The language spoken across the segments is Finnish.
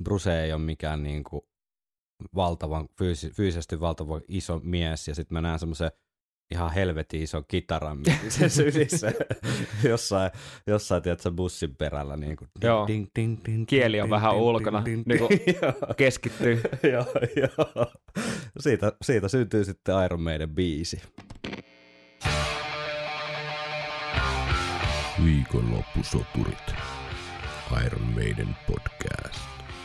Bruce ei ole mikään niinku valtavan, fyysisesti valtavan iso mies, ja sitten mä näen semmoisen ihan helvetin ison kitaran sen sylissä jossain tiedätkö, bussin perällä. Niin kuin, joo, kieli on vähän ulkona, niin kuin keskittyy. Joo. Siitä syntyy sitten Iron Maiden biisi. Viikonloppusoturit. Iron Maiden podcast.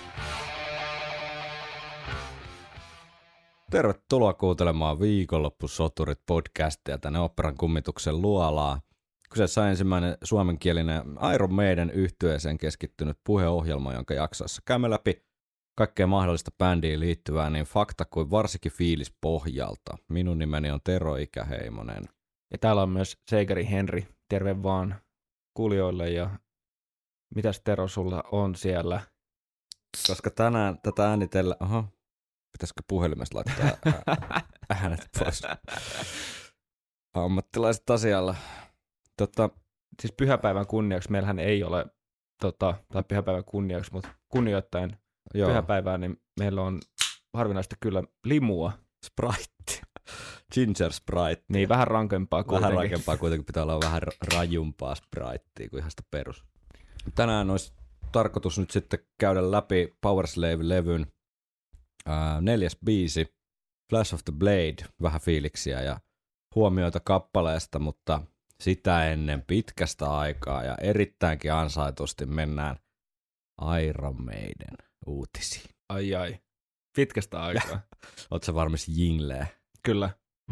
Tervetuloa kuuntelemaan Viikonloppusoturit podcastia tänne Oopperan kummituksen luolaa. Kyseessä on ensimmäinen suomenkielinen Iron Maiden -yhtyeeseen keskittynyt puheohjelma, jonka jaksoissa käymme läpi kaikkea mahdollista bändiin liittyvää niin fakta kuin varsinkin fiilis pohjalta. Minun nimeni on Tero Ikäheimonen. Ja täällä on myös Seikari Henri. Terve vaan kuulijoille. Ja mitäs Tero sulla on siellä? Koska tänään tätä äänitellä... Oho, pitäisikö puhelimesta laittaa äänet pois? Ammattilaiset asialla. Siis pyhäpäivän kunniaksi meillähän ei ole, tai pyhäpäivän kunniaksi, mutta kunnioittaen pyhäpäivää, niin meillä on harvinaista kyllä limua. Sprite. Ginger Sprite. Niin, vähän rankempaa kuitenkin. Vähän rankempaa kuitenkin, pitää olla vähän rajumpaa Spritea kuin ihan sitä perus. Tänään olisi tarkoitus nyt sitten käydä läpi Powerslave-levyn 4. biisi, Flash of the Blade, vähän fiiliksiä ja huomioita kappaleesta, mutta sitä ennen pitkästä aikaa ja erittäinkin ansaitusti mennään Iron Maiden uutisiin. Ai, pitkästä aikaa. Ootko sä varmis jingleä? Kyllä.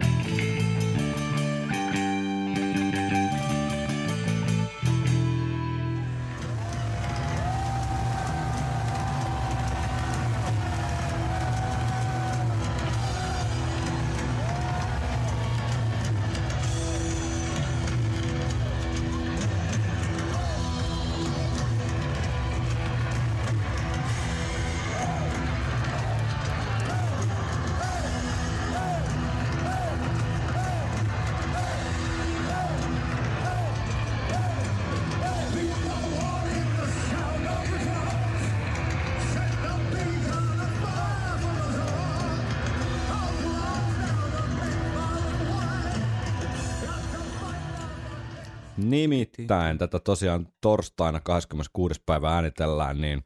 Nimittäin tätä tosiaan torstaina 26. päivä äänitellään, niin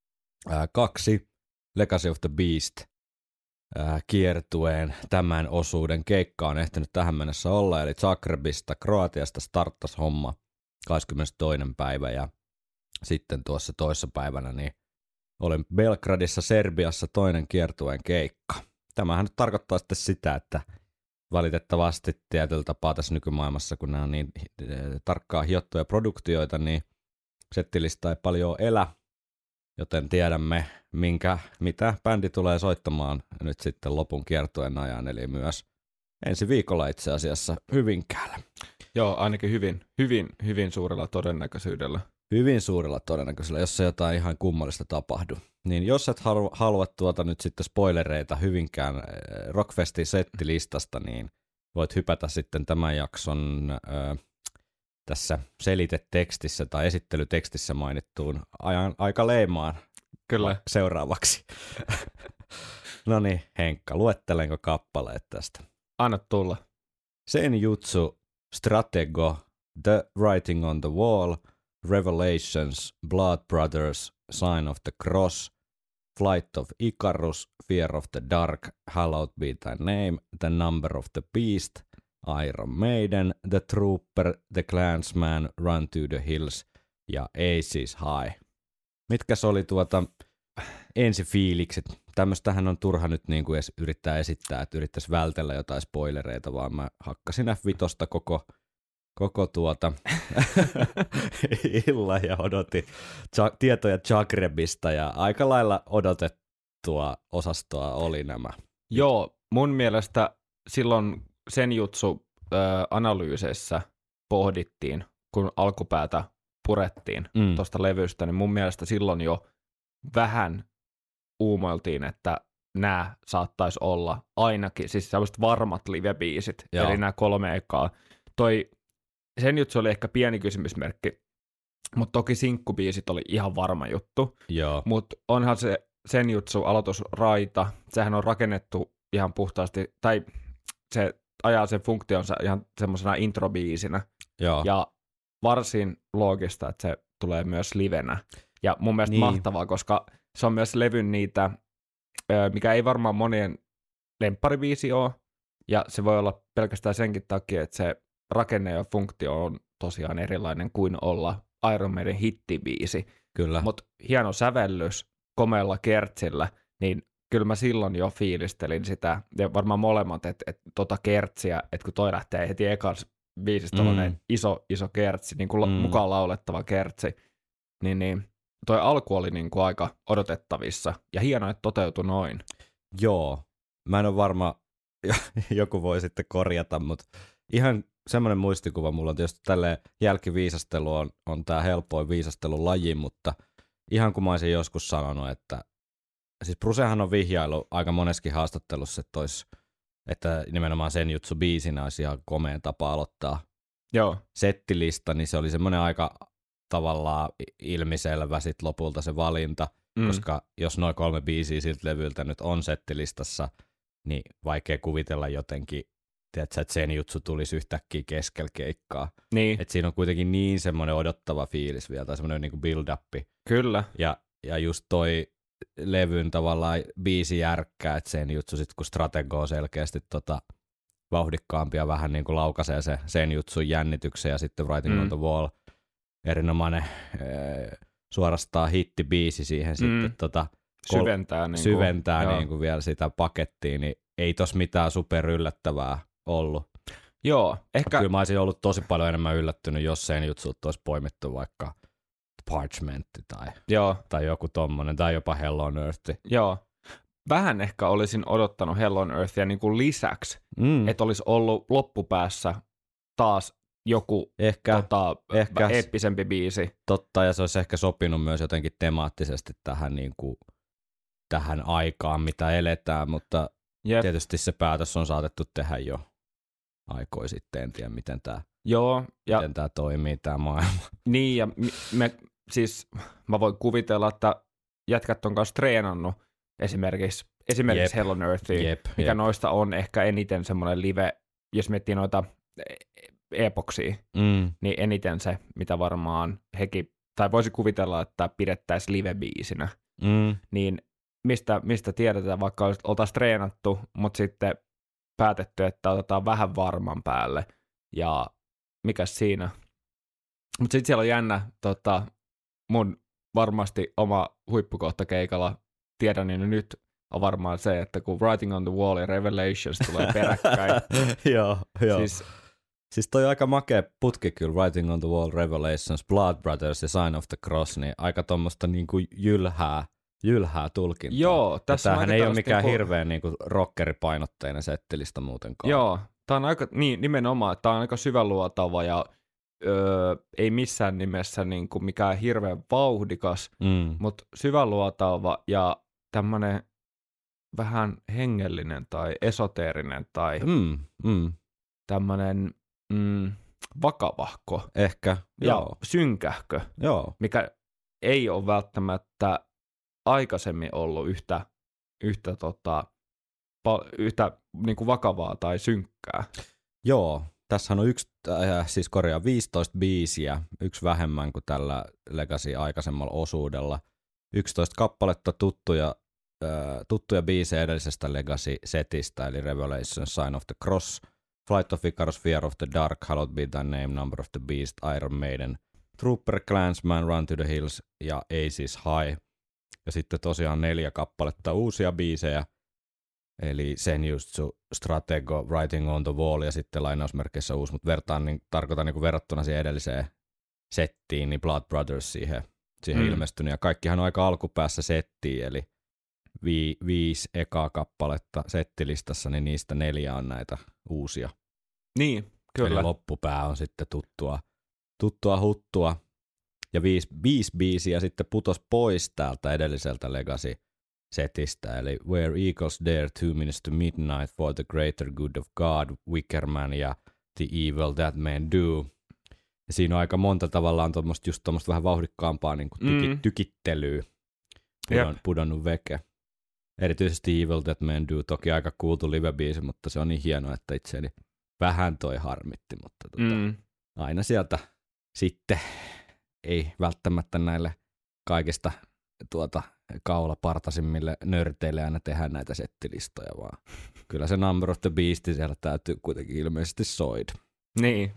2 Legacy of the Beast kiertueen tämän osuuden keikka on ehtinyt tähän mennessä olla, eli Zagrebista, Kroatiasta starttasi homma 22. päivä ja sitten tuossa toissa päivänä niin olin Belgradissa, Serbiassa toinen kiertueen keikka. Tämähän nyt tarkoittaa sitten sitä, että valitettavasti tietyllä tapaa tässä nykymaailmassa, kun nämä on niin tarkkaan hiottuja produktioita, niin settilista ei paljon elä, joten tiedämme, mitä bändi tulee soittamaan nyt sitten lopun kiertueen ajan, eli myös ensi viikolla itse asiassa Hyvinkäällä. Joo, ainakin hyvin suurella todennäköisyydellä. Hyvin suurella todennäköisyydellä, jos se jotain ihan kummallista tapahdu. Niin jos et halua nyt sitten spoilereita Hyvinkään Rockfestin settilistasta, niin voit hypätä sitten tämän jakson tässä selitetekstissä tai esittelytekstissä mainittuun aika leimaan kyllä seuraavaksi. No niin, Henkka, luettelenko kappaleet tästä? Anna tulla. Senjutsu, Stratego, The Writing on the Wall, Revelations, Blood Brothers, Sign of the Cross, Flight of Icarus, Fear of the Dark, Hallowed be thy name, The Number of the Beast, Iron Maiden, The Trooper, The Clansman, Run to the Hills ja Aces High. Mitkäs oli ensifiilikset? Tämmöstähän on turha nyt niin kuin edes yrittää esittää, että yrittäisi vältellä jotain spoilereita, vaan mä hakkasin F5 koko illan ja odotin tietoja Zagrebista ja aika lailla odotettua osastoa oli nämä. Joo, mun mielestä silloin Senjutsu analyyseissä pohdittiin, kun alkupäätä purettiin tuosta levystä, niin mun mielestä silloin jo vähän uumoiltiin, että nämä saattaisi olla ainakin, siis sellaiset varmat live-biisit, eli nämä 3 ekaa. Senjutsu oli ehkä pieni kysymysmerkki, mutta toki sinkkubiisit oli ihan varma juttu. Mutta onhan se Senjutsu aloitusraita, sehän on rakennettu ihan puhtaasti, tai se ajaa sen funktionsa ihan semmoisena introbiisinä. Joo. Ja varsin loogista, että se tulee myös livenä. Ja mun mielestä mahtavaa, koska se on myös levyn niitä, mikä ei varmaan monien lempparibiisi ole, ja se voi olla pelkästään senkin takia, että se rakenne ja funktio on tosiaan erilainen kuin olla Iron Maiden hittibiisi. Kyllä. Mutta hieno sävellys komealla kertsillä, niin kyllä mä silloin jo fiilistelin sitä, ja varmaan molemmat, että tota kertsiä, että kun toi lähtee heti ekans biisistä tollainen iso kertsi, niin kuin mukaan laulettava kertsi, niin toi alku oli niin kuin aika odotettavissa, ja hienoa, että toteutui noin. Joo, mä en ole varma, joku voi sitten korjata, mutta ihan semmoinen muistikuva mulla on tietysti tälleen jälkiviisastelu on tää helpoin viisastelun laji, mutta ihan kun mä olisin joskus sanonut, että siis Brucehan on vihjailu aika moneskin haastattelussa, että nimenomaan Senjutsu biisinä olisi ihan komea tapa aloittaa settilista, niin se oli semmoinen aika tavallaan ilmiselvä sit lopulta se valinta, koska jos noin 3 biisiä siltä levyltä nyt on settilistassa, niin vaikea kuvitella jotenkin, että Senjutsu tulisi yhtäkkiä keskellä keikkaa. Niin. Että siinä on kuitenkin niin semmoinen odottava fiilis vielä, tai semmoinen niinku build-up. Kyllä. Ja just toi levyn tavallaan biisi järkkää, että Senjutsu sit kun Stratego selkeästi vauhdikkaampia vähän niin kuin laukaisee se Senjutsun jännityksen ja sitten Writing on the Wall, erinomainen suorastaan hittibiisi siihen sitten syventää niin kuin vielä sitä pakettia, niin ei tos mitään super yllättävää ollut. Joo, ehkä... Kyllä mä olisin ollut tosi paljon enemmän yllättynyt, jos Senjutsut olisi poimittu vaikka Parchmentti tai joku tommonen, tai jopa Hell on Earth. Joo. Vähän ehkä olisin odottanut Hell on Earthia niin kuin lisäksi, että olisi ollut loppupäässä taas joku ehkä eeppisempi biisi. Totta, ja se olisi ehkä sopinut myös jotenkin temaattisesti tähän aikaan, mitä eletään, mutta tietysti se päätös on saatettu tehdä jo aikoi sitten, en tiedä miten tämä toimii tämä maailma. Niin, ja mä voin kuvitella, että jätkät on kanssa treenannut esimerkiksi Hell on Earthia, mikä noista on ehkä eniten semmoinen live, jos miettii noita epoksia, niin eniten se, mitä varmaan hekin, tai voisi kuvitella, että pidettäisiin live-biisinä, niin mistä tiedetään, vaikka oltaisiin treenattu, mutta sitten päätetty, että otetaan vähän varman päälle, ja mikäs siinä. Mutta sitten siellä on jännä, mun varmasti oma huippukohta keikalla, tiedän niin nyt on varmaan se, että kun Writing on the Wall ja Revelations tulee peräkkäin. Joo. Siis toi aika makea putki kyllä, Writing on the Wall, Revelations, Blood Brothers ja Sign of the Cross, niin aika tommoista niinku jylhää tulkintaa. Joo, tässä tämähän ei ole mikään hirveän niinku rockeripainotteinen settilista muutenkaan. Joo, tää on aika, niin nimenomaan, tää on aika syväluotava ja ei missään nimessä niinku mikään hirveän vauhdikas, mutta syväluotava ja tämmönen vähän hengellinen tai esoteerinen tai tämmönen vakavahko. Ehkä, ja synkähkö, mikä ei ole välttämättä aikaisemmin ollut yhtä niin kuin vakavaa tai synkkää. Joo, tässähän on 15 biisiä, yksi vähemmän kuin tällä Legacy aikaisemmalla osuudella. 11 kappaletta tuttuja biisejä edellisestä Legacy-setistä, eli Revelation, Sign of the Cross, Flight of Icarus, Fear of the Dark, Hallowed Be Thy Name, Number of the Beast, Iron Maiden, Trooper, Clansman, Run to the Hills ja Aces High. Ja sitten tosiaan 4 kappaletta uusia biisejä, eli Senjutsu, Stratego, Writing on the Wall ja sitten lainausmerkeissä uusi, mutta tarkoitan niin verrattuna siihen edelliseen settiin, niin Blood Brothers siihen ilmestynyt. Ja kaikkihan on aika alkupäässä settiin, eli 5 ekaa kappaletta settilistassa, niin niistä 4 on näitä uusia. Niin, kyllä. Eli loppupää on sitten tuttua huttua. Ja 5 biisiä sitten putos pois täältä edelliseltä Legacy-setistä, eli Where Eagles Dare, 2 Minutes to Midnight, For the Greater Good of God, Wickerman ja The Evil That Men Do. Ja siinä on aika monta tavallaan just tuommoista vähän vauhdikkaampaa niin kuin tykittelyä. pudonnut veke. Erityisesti Evil That Men Do, toki aika kuultu live-biisi, mutta se on niin hieno, että itseäni vähän toi harmitti, mutta aina sieltä sitten ei välttämättä näille kaikista kaulapartasimmille nörteille aina tehdä näitä settilistoja, vaan kyllä se Number of the Beast siellä täytyy kuitenkin ilmeisesti soida. Niin,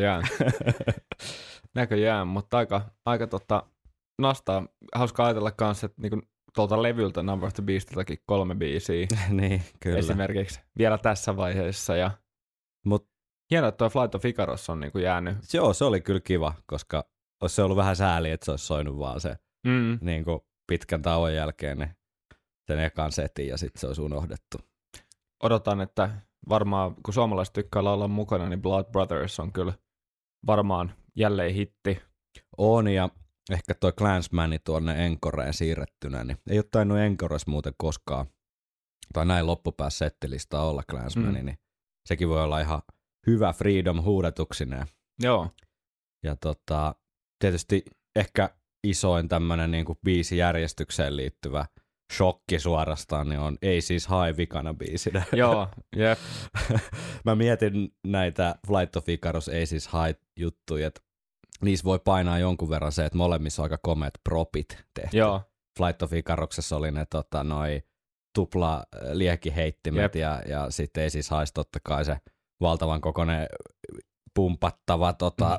näköjään, mutta aika nastaa. Hauska ajatella kanssa, että niinku tuolta levyltä Number of the Beastiltakin 3 biisiä niin, kyllä. esimerkiksi vielä tässä vaiheessa. Ja hienoa, että tuo Flight of Icarus on niinku jäänyt. Joo, se oli kyllä kiva, koska olisi se ollut vähän sääli, että se olisi soinut vaan se niinku pitkän tauon jälkeen sen ekan setin ja sitten se olisi unohdettu. Odotan, että varmaan kun suomalaiset tykkää laulaa mukana, niin Blood Brothers on kyllä varmaan jälleen hitti. On, ja ehkä toi Clansmani tuonne Encoreen siirrettynä, niin ei ole tainnut Encores muuten koskaan, tai näin loppupäässä settilista olla Clansmani, niin sekin voi olla ihan hyvä Freedom-huudatuksineen. Joo. Ja tietysti ehkä isoin tämmönen niinku biisijärjestykseen liittyvä shokki suorastaan, niin on Ei siis High vikana biisinä. Joo, jep. Mä mietin näitä Flight of Icarus Ei siis High juttuja, että niissä voi painaa jonkun verran se, että molemmissa on aika komeat propit tehty. Joo. Flight of Icaruksessa oli ne noi tupla liekiheittimet ja sitten Ei siis High totta kai se valtavan kokoinen pumpattava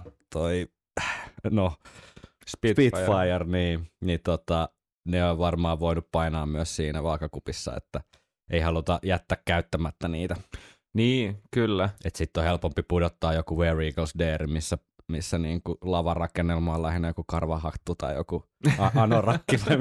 Spitfire, niin ne on varmaan voinut painaa myös siinä vaakakupissa, että ei haluta jättää käyttämättä niitä. Niin, kyllä. Että sitten on helpompi pudottaa joku Where Eagles Dare, missä niinku lavarakennelma on lähinnä joku karvahattu tai joku anorakki vai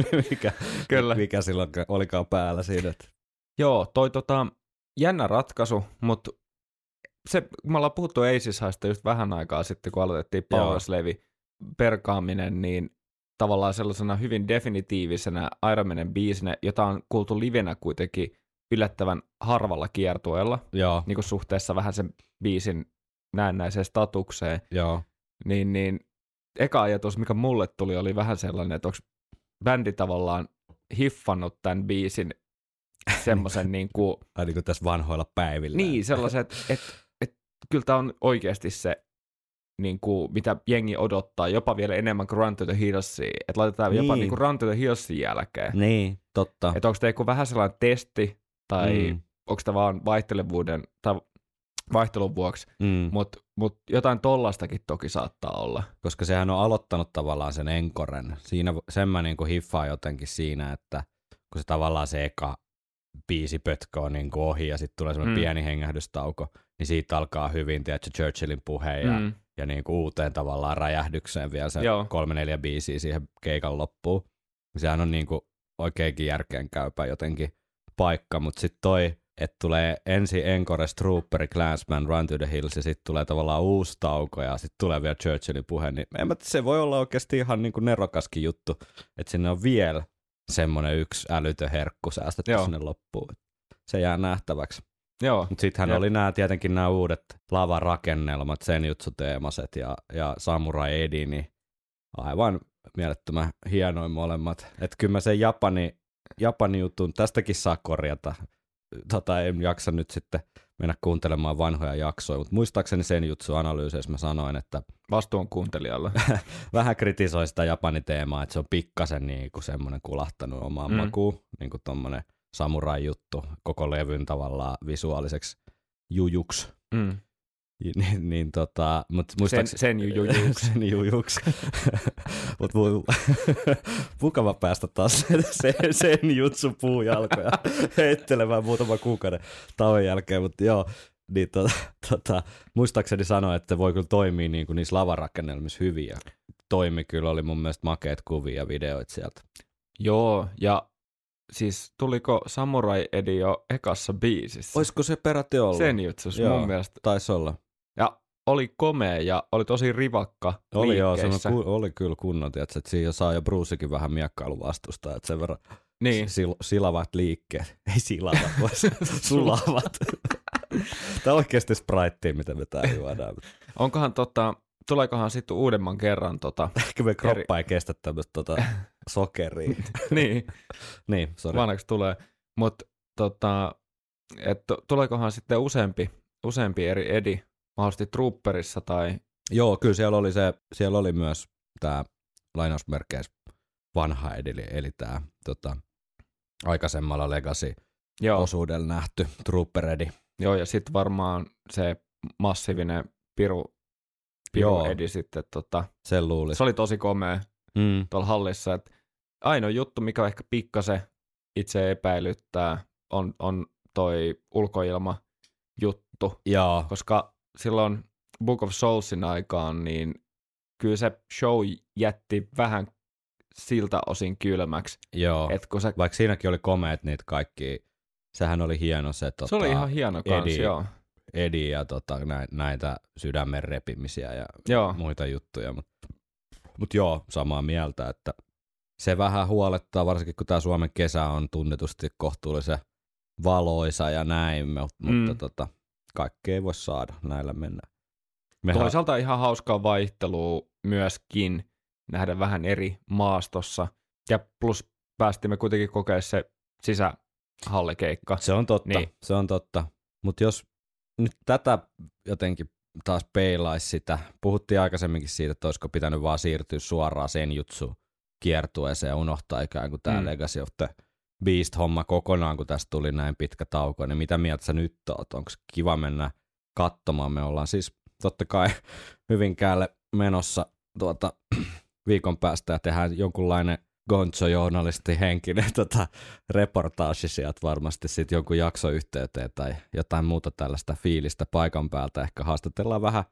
mikä silloin olikaan päällä siinä. Joo, toi jännä ratkaisu, mutta se, me ollaan puhuttu Aces-haista just vähän aikaa sitten, kun aloitettiin Powerslave perkaaminen, niin tavallaan sellaisena hyvin definitiivisena Iron Maiden biisinä, jota on kuultu livenä kuitenkin yllättävän harvalla kiertueella, niin kuin suhteessa vähän sen biisin näennäiseen statukseen. Joo. Niin eka ajatus, mikä mulle tuli, oli vähän sellainen, että onko bändi tavallaan hiffannut tämän biisin semmoisen niin kuin tässä vanhoilla päivillä. Niin, sellaiset, että kyllä tämä on oikeasti se, niin kuin, mitä jengi odottaa, jopa vielä enemmän kuin Run to the Hillsia. Että laitetaan jopa niin kuin Run to the Hillsin jälkeen. Niin, totta. Että onko tämä joku vähän sellainen testi, tai onko tämä vaan vaihtelevuuden, tai vaihtelun vuoksi, mutta jotain tollastakin toki saattaa olla. Koska sehän on aloittanut tavallaan sen Encoren. Sen mä niin kuin hiffaan jotenkin siinä, että kun se tavallaan se eka biisipötkö on niin kuin ohi ja sitten tulee semmoinen pieni hengähdystauko, niin siitä alkaa hyvin, tiedätkö, Churchillin puhe ja niin kuin uuteen tavallaan räjähdykseen vielä se 3-4 biisiä siihen keikan loppuun. Sehän on niin kuin oikeinkin järkeenkäypä jotenkin paikka, mutta sitten toi, että tulee ensin Encores, Trooperi, Clansman, Run to the Hills ja sitten tulee tavallaan uusi tauko ja sitten tulee vielä Churchillin puhe, niin se voi olla oikeasti ihan niin kuin nerokaskin juttu, että sinne on vielä semmoinen yksi älytön herkku säästetty sinne loppuun. Se jää nähtäväksi. Mutta sittenhän oli tietenkin nämä uudet lavarakennelmat, senjutsu-teemaset ja Samurai Edi, niin aivan mielettömän hienoin molemmat. Että kyllä mä sen Japani jutun, tästäkin saa korjata. En jaksa nyt sitten mennä kuuntelemaan vanhoja jaksoja, mutta muistaakseni senjutsu-analyyseissä mä sanoin, että vastuu on kuuntelijalla. Vähän kritisoi sitä Japani-teemaa, että se on pikkasen niinku semmoinen kulahtanut omaan makuun, niin kuin tommonen samurai-juttu, koko levyn tavallaan visuaaliseksi jujuksi. Sen jujuksi. Mutta mukava päästä taas sen jutsun puujalkoja heittelemään muutaman kuukauden tauon jälkeen, mutta joo, niin muistaakseni sanoa, että voi kyllä toimia niin kuin niissä lavarakennelmissa hyvin ja toimi kyllä, oli mun mielestä makeat kuvia ja videoita sieltä. Joo, ja siis tuliko Samurai Edi jo ekassa biisissä? Olisiko se peräti ollut? Sen jutsus mun mielestä. Taisi olla. Ja oli komea ja oli tosi rivakka oli liikkeissä. Oli kyllä kunnon, että siinä saa jo Brucekin vähän miekkailun vastusta, että sen verran niin. silavat liikkeet. Ei silavat, vaan sulavat. Tämä on oikeasti Spritea, mitä me täällä juodaan. Onkohan tuleekohan sitten uudemman kerran Ehkä me kroppa ei kestä tämmöistä Sokeria. Niin, Niin, sori. vanhaksi tulee. Mutta tuleekohan sitten useampi eri edi, mahdollisesti Trooperissa tai... Joo, kyllä siellä oli myös tämä lainausmerkeissä vanha edi, eli tämä aikaisemmalla Legacy-osuudella nähty Trooper edi. Joo, ja sitten varmaan se massiivinen piru edi sitten. Sen luulisi. Se oli tosi komea tuolla hallissa. Et ainoa juttu, mikä ehkä pikkasen itse epäilyttää, on toi ulkoilma juttu. Joo. Koska silloin Book of Soulsin aikaan, niin kyllä se show jätti vähän siltä osin kylmäksi. Joo, vaikka siinäkin oli komeet niitä kaikki, sehän oli hieno se. Se oli ihan hieno kans, joo. Edi ja näitä sydämen repimisiä ja muita juttuja. Mutta joo, samaa mieltä, että se vähän huolettaa, varsinkin kun tämä Suomen kesä on tunnetusti kohtuullisen valoisa ja näin, mutta kaikkea ei voi saada, näillä mennään. Toisaalta ihan hauskaa vaihtelua myöskin nähdä vähän eri maastossa. Ja plus päästimme kuitenkin kokea se sisähallikeikka. Se on totta. Mutta jos nyt tätä jotenkin taas peilaisi sitä, puhuttiin aikaisemminkin siitä, että olisiko pitänyt vaan siirtyä suoraan Senjutsu kiertueeseen ja unohtaa ikään kuin tämä Legacy of the Beast-homma kokonaan, kun tästä tuli näin pitkä tauko, niin mitä mieltä sä nyt oot? Onko kiva mennä katsomaan? Me ollaan siis totta kai Hyvinkäälle menossa viikon päästä ja tehdään jonkunlainen Gonzo-journalisti henkinen reportaasi sieltä varmasti sitten jonkun jaksoyhteyteen tai jotain muuta tällaista fiilistä paikan päältä. Ehkä haastatellaan vähän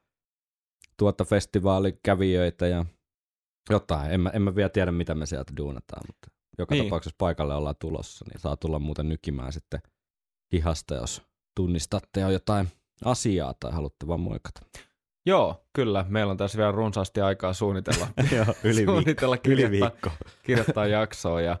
festivaalikävijöitä ja jotain. En mä vielä tiedä, mitä me sieltä duunataan, mutta joka tapauksessa paikalle ollaan tulossa, niin saa tulla muuten nykimään sitten hihasta, jos tunnistatte jo jotain asiaa tai haluatte vaan moikata. Joo, kyllä. Meillä on tässä vielä runsaasti aikaa suunnitella, kirjoittaa jaksoa ja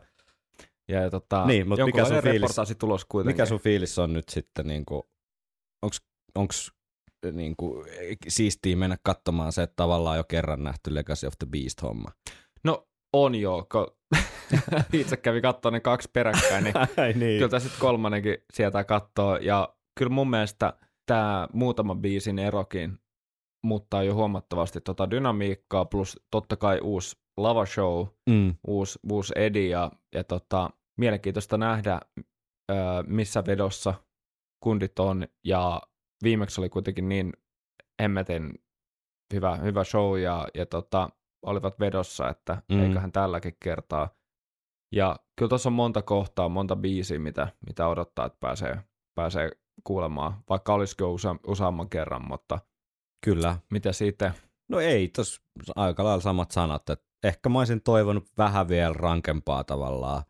niin, mutta mikä sun fiilis on nyt sitten, niinku, onks niinku, siistiä mennä katsomaan se, että tavallaan jo kerran nähty Legacy of the Beast-homma? No on joo, kun itse kävi katsoa ne 2 peräkkäin, niin kyllä tässä sitten 3. sieltä katsoo ja kyllä mun mielestä tämä muutama biisin erokin muuttaa jo huomattavasti dynamiikkaa, plus totta kai uusi lava show, uusi edi ja mielenkiintoista nähdä, missä vedossa kundit on, ja viimeksi oli kuitenkin niin hemmetin hyvä show, ja olivat vedossa, että eiköhän tälläkin kertaa. Ja kyllä tuossa on monta kohtaa, monta biisiä, mitä odottaa, että pääsee kuulemaan, vaikka olisiko useamman kerran, mutta kyllä. Mitä siitä? No ei, tuossa aika lailla samat sanat, että ehkä mä olisin toivonut vähän vielä rankempaa tavallaan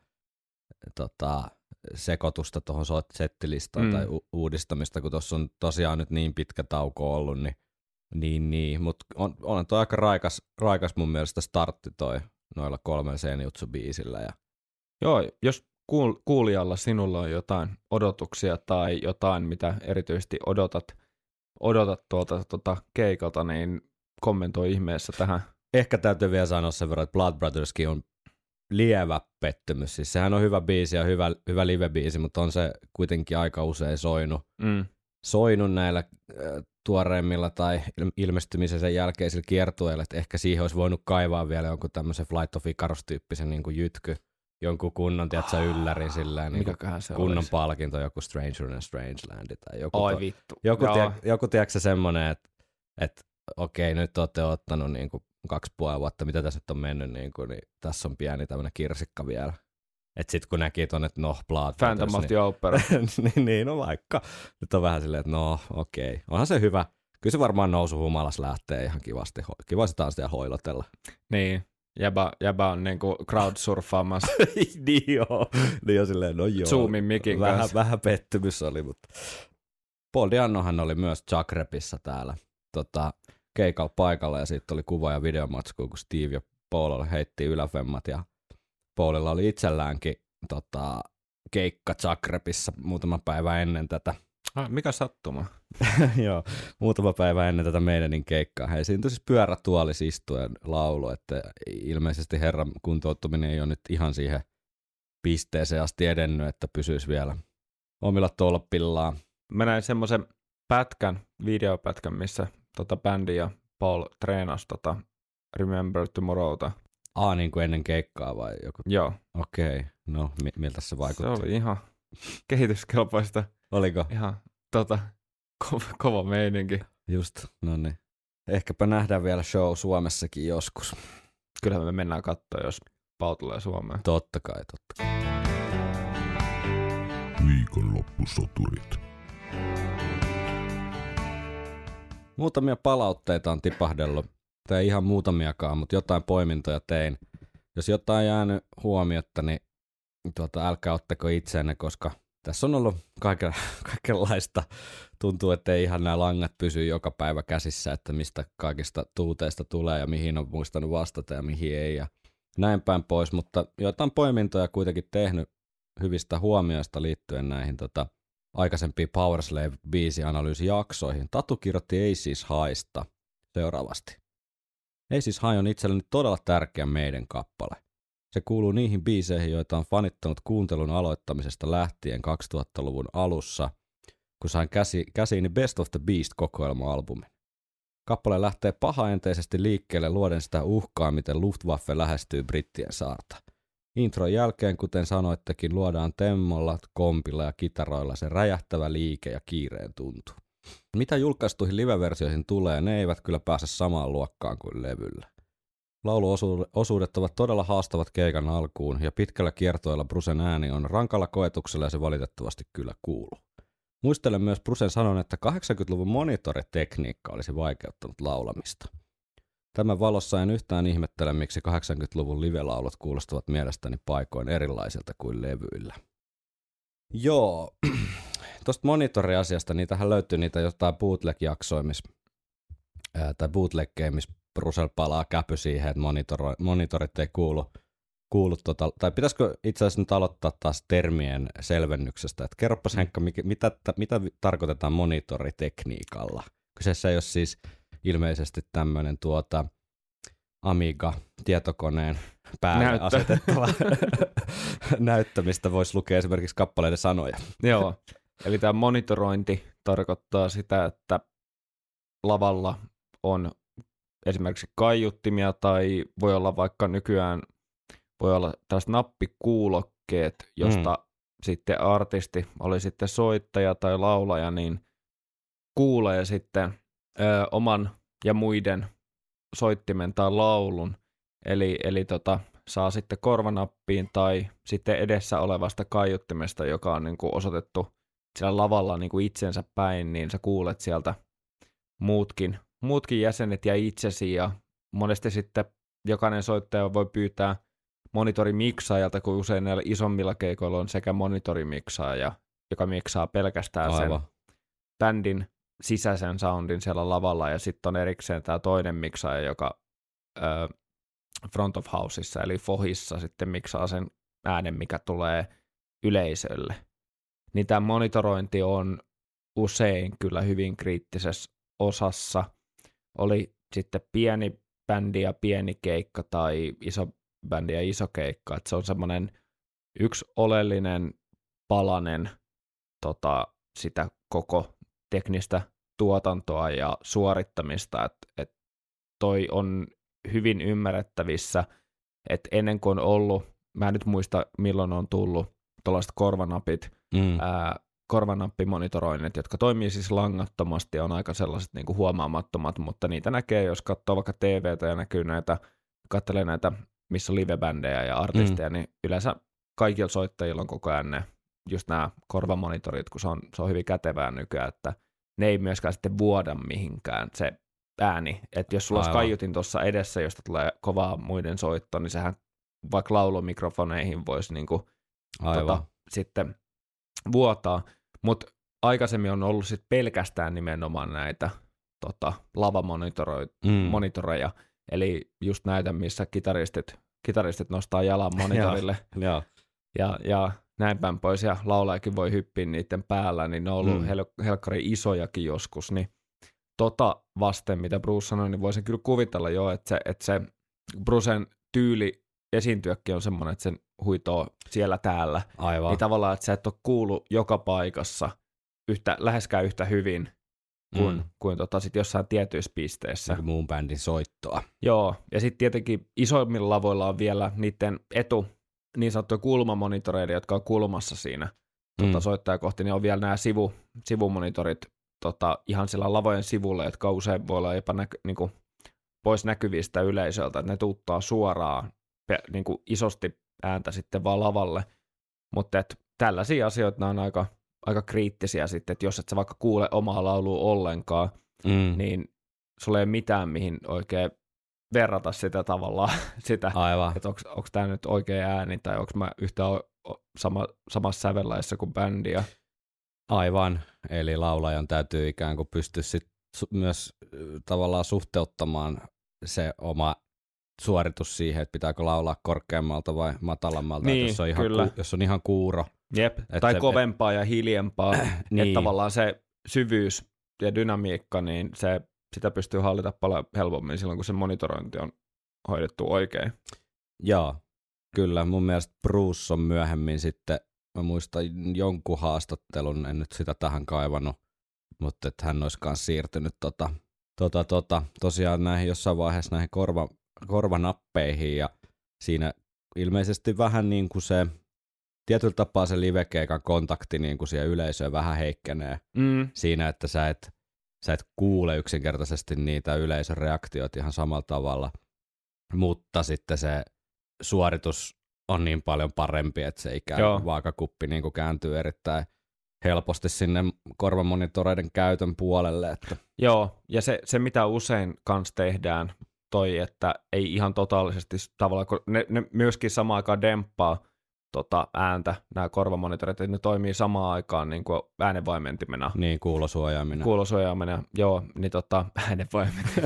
sekoitusta tuohon settilistaan tai uudistamista, kun tuossa on tosiaan nyt niin pitkä tauko ollut, niin mutta on toi aika raikas mun mielestä startti toi noilla 3 Senjutsu-biisillä. Ja... Joo, jos kuulijalla sinulla on jotain odotuksia tai jotain, mitä erityisesti odotat tuolta keikalta, niin kommentoi ihmeessä tähän. Ehkä täytyy vielä sanoa sen verran, että Blood Brotherskin on lievä pettymys. Siis sehän on hyvä biisi ja hyvä live-biisi, mutta on se kuitenkin aika usein soinut näillä tuoreimmilla tai ilmestymisen sen jälkeisillä kiertueilla, että ehkä siihen olisi voinut kaivaa vielä jonkun tämmöisen Flight of Icarus-tyyppisen niin kuin jytky, jonkun kunnon, yllärin silleen, niin kunnon olisi? Palkinto, joku Stranger in Strangeland tai joku tiedätkö semmoinen, että okei, nyt olette ottanut niin kuin 2,5 vuotta, mitä tässä nyt on mennyt, niin tässä on pieni tämmöinen kirsikka vielä. Että sit kun näki tuonne, että Blood Phantom of the Opera. niin, no vaikka. Nyt on vähän silleen, että okei. Onhan se hyvä. Kyllä se varmaan Nousuhumalas lähtee ihan kivasti. Kiva sitä sitä hoilotella. Niin. Jäbä on niinku crowdsurfaamassa. niin joo silleen, no joo. Zoomin mikin kanssa. Vähän pettymys oli, mutta Paul Di'Annohan oli myös Zagrepissa täällä keikalla paikalla, ja siitä oli kuva- ja videomatsku, kun Steve ja Paul heitti yläfemmat, ja Paulilla oli itselläänkin keikka Zagrepissa muutama päivä ennen tätä Mikä sattuma? Joo, muutama päivä ennen tätä meidänin keikkaa. He esiintyi siis pyörätuolissa istuen laulu, että ilmeisesti herran kuntouttaminen ei ole nyt ihan siihen pisteeseen asti edennyt, että pysyisi vielä omilla tolpillaan. Mä näin semmoisen videopätkän, missä bändi ja Paul treenasi Remember Tomorrowta. Niin kuin ennen keikkaa vai joku? Joo. Okei, no miltä se vaikutti? Se oli ihan kehityskelpoista. Oliko? Ihan kova meininki. Just, no niin. Ehkäpä nähdään vielä show Suomessakin joskus. Kyllähän me mennään katsoa, jos Paul tulee Suomeen. Totta kai. Viikonloppusoturit. Muutamia palautteita on tipahdellut. Tai ei ihan muutamiakaan, mutta jotain poimintoja tein. Jos jotain jäänyt huomiotta, niin älkää ottako itseenne, koska tässä on ollut kaikenlaista. Tuntuu, että ei ihan nämä langat pysy joka päivä käsissä, että mistä kaikista tuuteista tulee ja mihin on muistanut vastata ja mihin ei ja näin päin pois. Mutta jotain poimintoja kuitenkin tehnyt hyvistä huomioista liittyen näihin aikaisempiin Powerslave-biisianalyysijaksoihin. Tatu kirjoitti Ei siis haista seuraavasti. Ei siis hai on itselleni todella tärkeä meidän kappale. Se kuuluu niihin biiseihin, joita on fanittanut kuuntelun aloittamisesta lähtien 2000-luvun alussa, kun sain käsiini Best of the Beast-kokoelma-albumin. Kappale lähtee pahaenteisesti liikkeelle luoden sitä uhkaa, miten Luftwaffe lähestyy brittien saarta. Intron jälkeen, kuten sanoittekin, luodaan temmolla, kompilla ja kitaroilla se räjähtävä liike ja kiireen tuntu. Mitä julkaistuihin live-versioihin tulee, ne eivät kyllä pääse samaan luokkaan kuin levyllä. Lauluosuudet ovat todella haastavat keikan alkuun ja pitkällä kiertoilla Brucen ääni on rankalla koetuksella ja se valitettavasti kyllä kuuluu. Muistelen myös Brucen sanon, että 80-luvun monitoretekniikka olisi vaikeuttanut laulamista. Tämän valossa en yhtään ihmettele, miksi 80-luvun live-laulut kuulostavat mielestäni paikoin erilaisilta kuin levyillä. Joo, tuosta monitoriasiasta, niitähän löytyy niitä jotain bootleg-jaksoja, tai bootleggejä, missä Brucel palaa käpy siihen, että monitorit ei kuulu tai pitäisikö itse asiassa nyt aloittaa taas termien selvennyksestä, että kerropas Henkka, mitä tarkoitetaan monitoritekniikalla? Kyseessä ei ole siis ilmeisesti tämmöinen Amiga-tietokoneen päälle asetettava näyttö, mistä voisi lukea esimerkiksi kappaleiden sanoja. Joo, eli tämä monitorointi tarkoittaa sitä, että lavalla on esimerkiksi kaiuttimia tai voi olla vaikka nykyään voi olla tällaiset nappikuulokkeet, josta sitten artisti, oli sitten soittaja tai laulaja, niin kuulee sitten oman ja muiden soittimen tai laulun, eli saa sitten korvanappiin tai sitten edessä olevasta kaiuttimesta, joka on niin kuin osoitettu siellä lavalla niin kuin itsensä päin, niin sä kuulet sieltä muutkin jäsenet ja itsesi, ja monesti sitten jokainen soittaja voi pyytää monitorimixaajalta, kun usein näillä isommilla keikoilla on sekä monitorimixaaja, joka miksaa pelkästään sen bändin sisäisen soundin siellä lavalla, ja sitten on erikseen tämä toinen miksaaja, joka front of houseissa, eli fohissa sitten miksaa sen äänen, mikä tulee yleisölle. Niin tämä monitorointi on usein kyllä hyvin kriittisessä osassa. Oli sitten pieni bändi ja pieni keikka tai iso bändi ja iso keikka, että se on semmoinen yksi oleellinen palanen sitä koko teknistä tuotantoa ja suorittamista, että toi on hyvin ymmärrettävissä, että ennen kuin on ollut, mä en nyt muista milloin on tullut tuollaiset korvanappimonitoroinnit, jotka toimii siis langattomasti ja on aika sellaiset niin kuin huomaamattomat, mutta niitä näkee, jos katsoo vaikka TVtä ja katselee näitä, missä on live-bändejä ja artisteja, niin yleensä kaikilla soittajilla on koko ajan just nämä korvamonitorit, kun se on hyvin kätevää nykyään, että ne ei myöskään sitten vuoda mihinkään se ääni, että jos sulla olisi kaiutin tuossa edessä, josta tulee kovaa muiden soitto, niin sehän vaikka laulumikrofoneihin voisi niinku sitten vuotaa, mutta aikaisemmin on ollut sit pelkästään nimenomaan näitä lavamonitoreja, eli just näitä, missä kitaristit nostaa jalan monitorille, ja näin päin pois, ja laulajakin voi hyppiä niiden päällä, niin ne on ollut helkkari isojakin joskus, niin vasten, mitä Bruce sanoi, niin voisin kyllä kuvitella jo, että se Brucen tyyli esiintyäkin on semmoinen, että sen huitoo siellä täällä. Aivan. Niin tavallaan, että sä et ole kuullut joka paikassa läheskään yhtä hyvin kuin sit jossain tietyissä pisteissä. Niin muun bändin soittoa. Joo, ja sitten tietenkin isoimmilla lavoilla on vielä niiden niin sanottuja kulmamonitoreita, jotka on kulmassa siinä soittaja kohti, niin on vielä nämä sivumonitorit ihan sillä lavojen sivulla, jotka usein voi olla jopa niinku pois näkyvistä yleisöltä, että ne tuuttaa suoraan niinku isosti ääntä sitten vaan lavalle, mutta tällaisia asioita on aika kriittisiä sitten, että jos et sä vaikka kuule omaa laulua ollenkaan, niin sulla ei ole mitään, mihin oikein verrata sitä tavallaan, sitä, että onko tämä nyt oikea ääni, tai onko mä yhtä samassa sävellaissa kuin bändiä. Aivan, eli laulajan täytyy ikään kuin pystyä sit myös tavallaan suhteuttamaan se oma suoritus siihen, että pitääkö laulaa korkeammalta vai matalammalta, niin, jos on ihan kuuro. Jep, tai kovempaa ja hiljempaa, niin. Että tavallaan se syvyys ja dynamiikka, niin sitä pystyy hallita paljon helpommin silloin, kun se monitorointi on hoidettu oikein. Joo, kyllä. Mun mielestä Bruce on myöhemmin sitten, mä muistan jonkun haastattelun, en nyt sitä tähän kaivannut, mutta että hän olisi kanssa siirtynyt tosiaan näihin jossain vaiheessa näihin korvanappeihin, ja siinä ilmeisesti vähän niin kuin se tietyllä tapaa se livekeikan kontakti niin kuin siihen yleisöön vähän heikkenee siinä, että sä et kuule yksinkertaisesti niitä yleisön reaktioita ihan samalla tavalla, mutta sitten se suoritus on niin paljon parempi, että se ikään vaakakuppi niin kuin kääntyy erittäin helposti sinne korvamonitoreiden käytön puolelle. Että. Joo, ja se mitä usein kanssa tehdään, että ei ihan totaalisesti tavallaan, kun ne myöskin samaan aikaan demppaa ääntä, nämä korvamonitorit, että ne toimii samaan aikaan niin kuin äänenvaimentimena. Niin, kuulosuojaaminen. Kuulosuojaaminen, joo, niin äänenvaimentimena.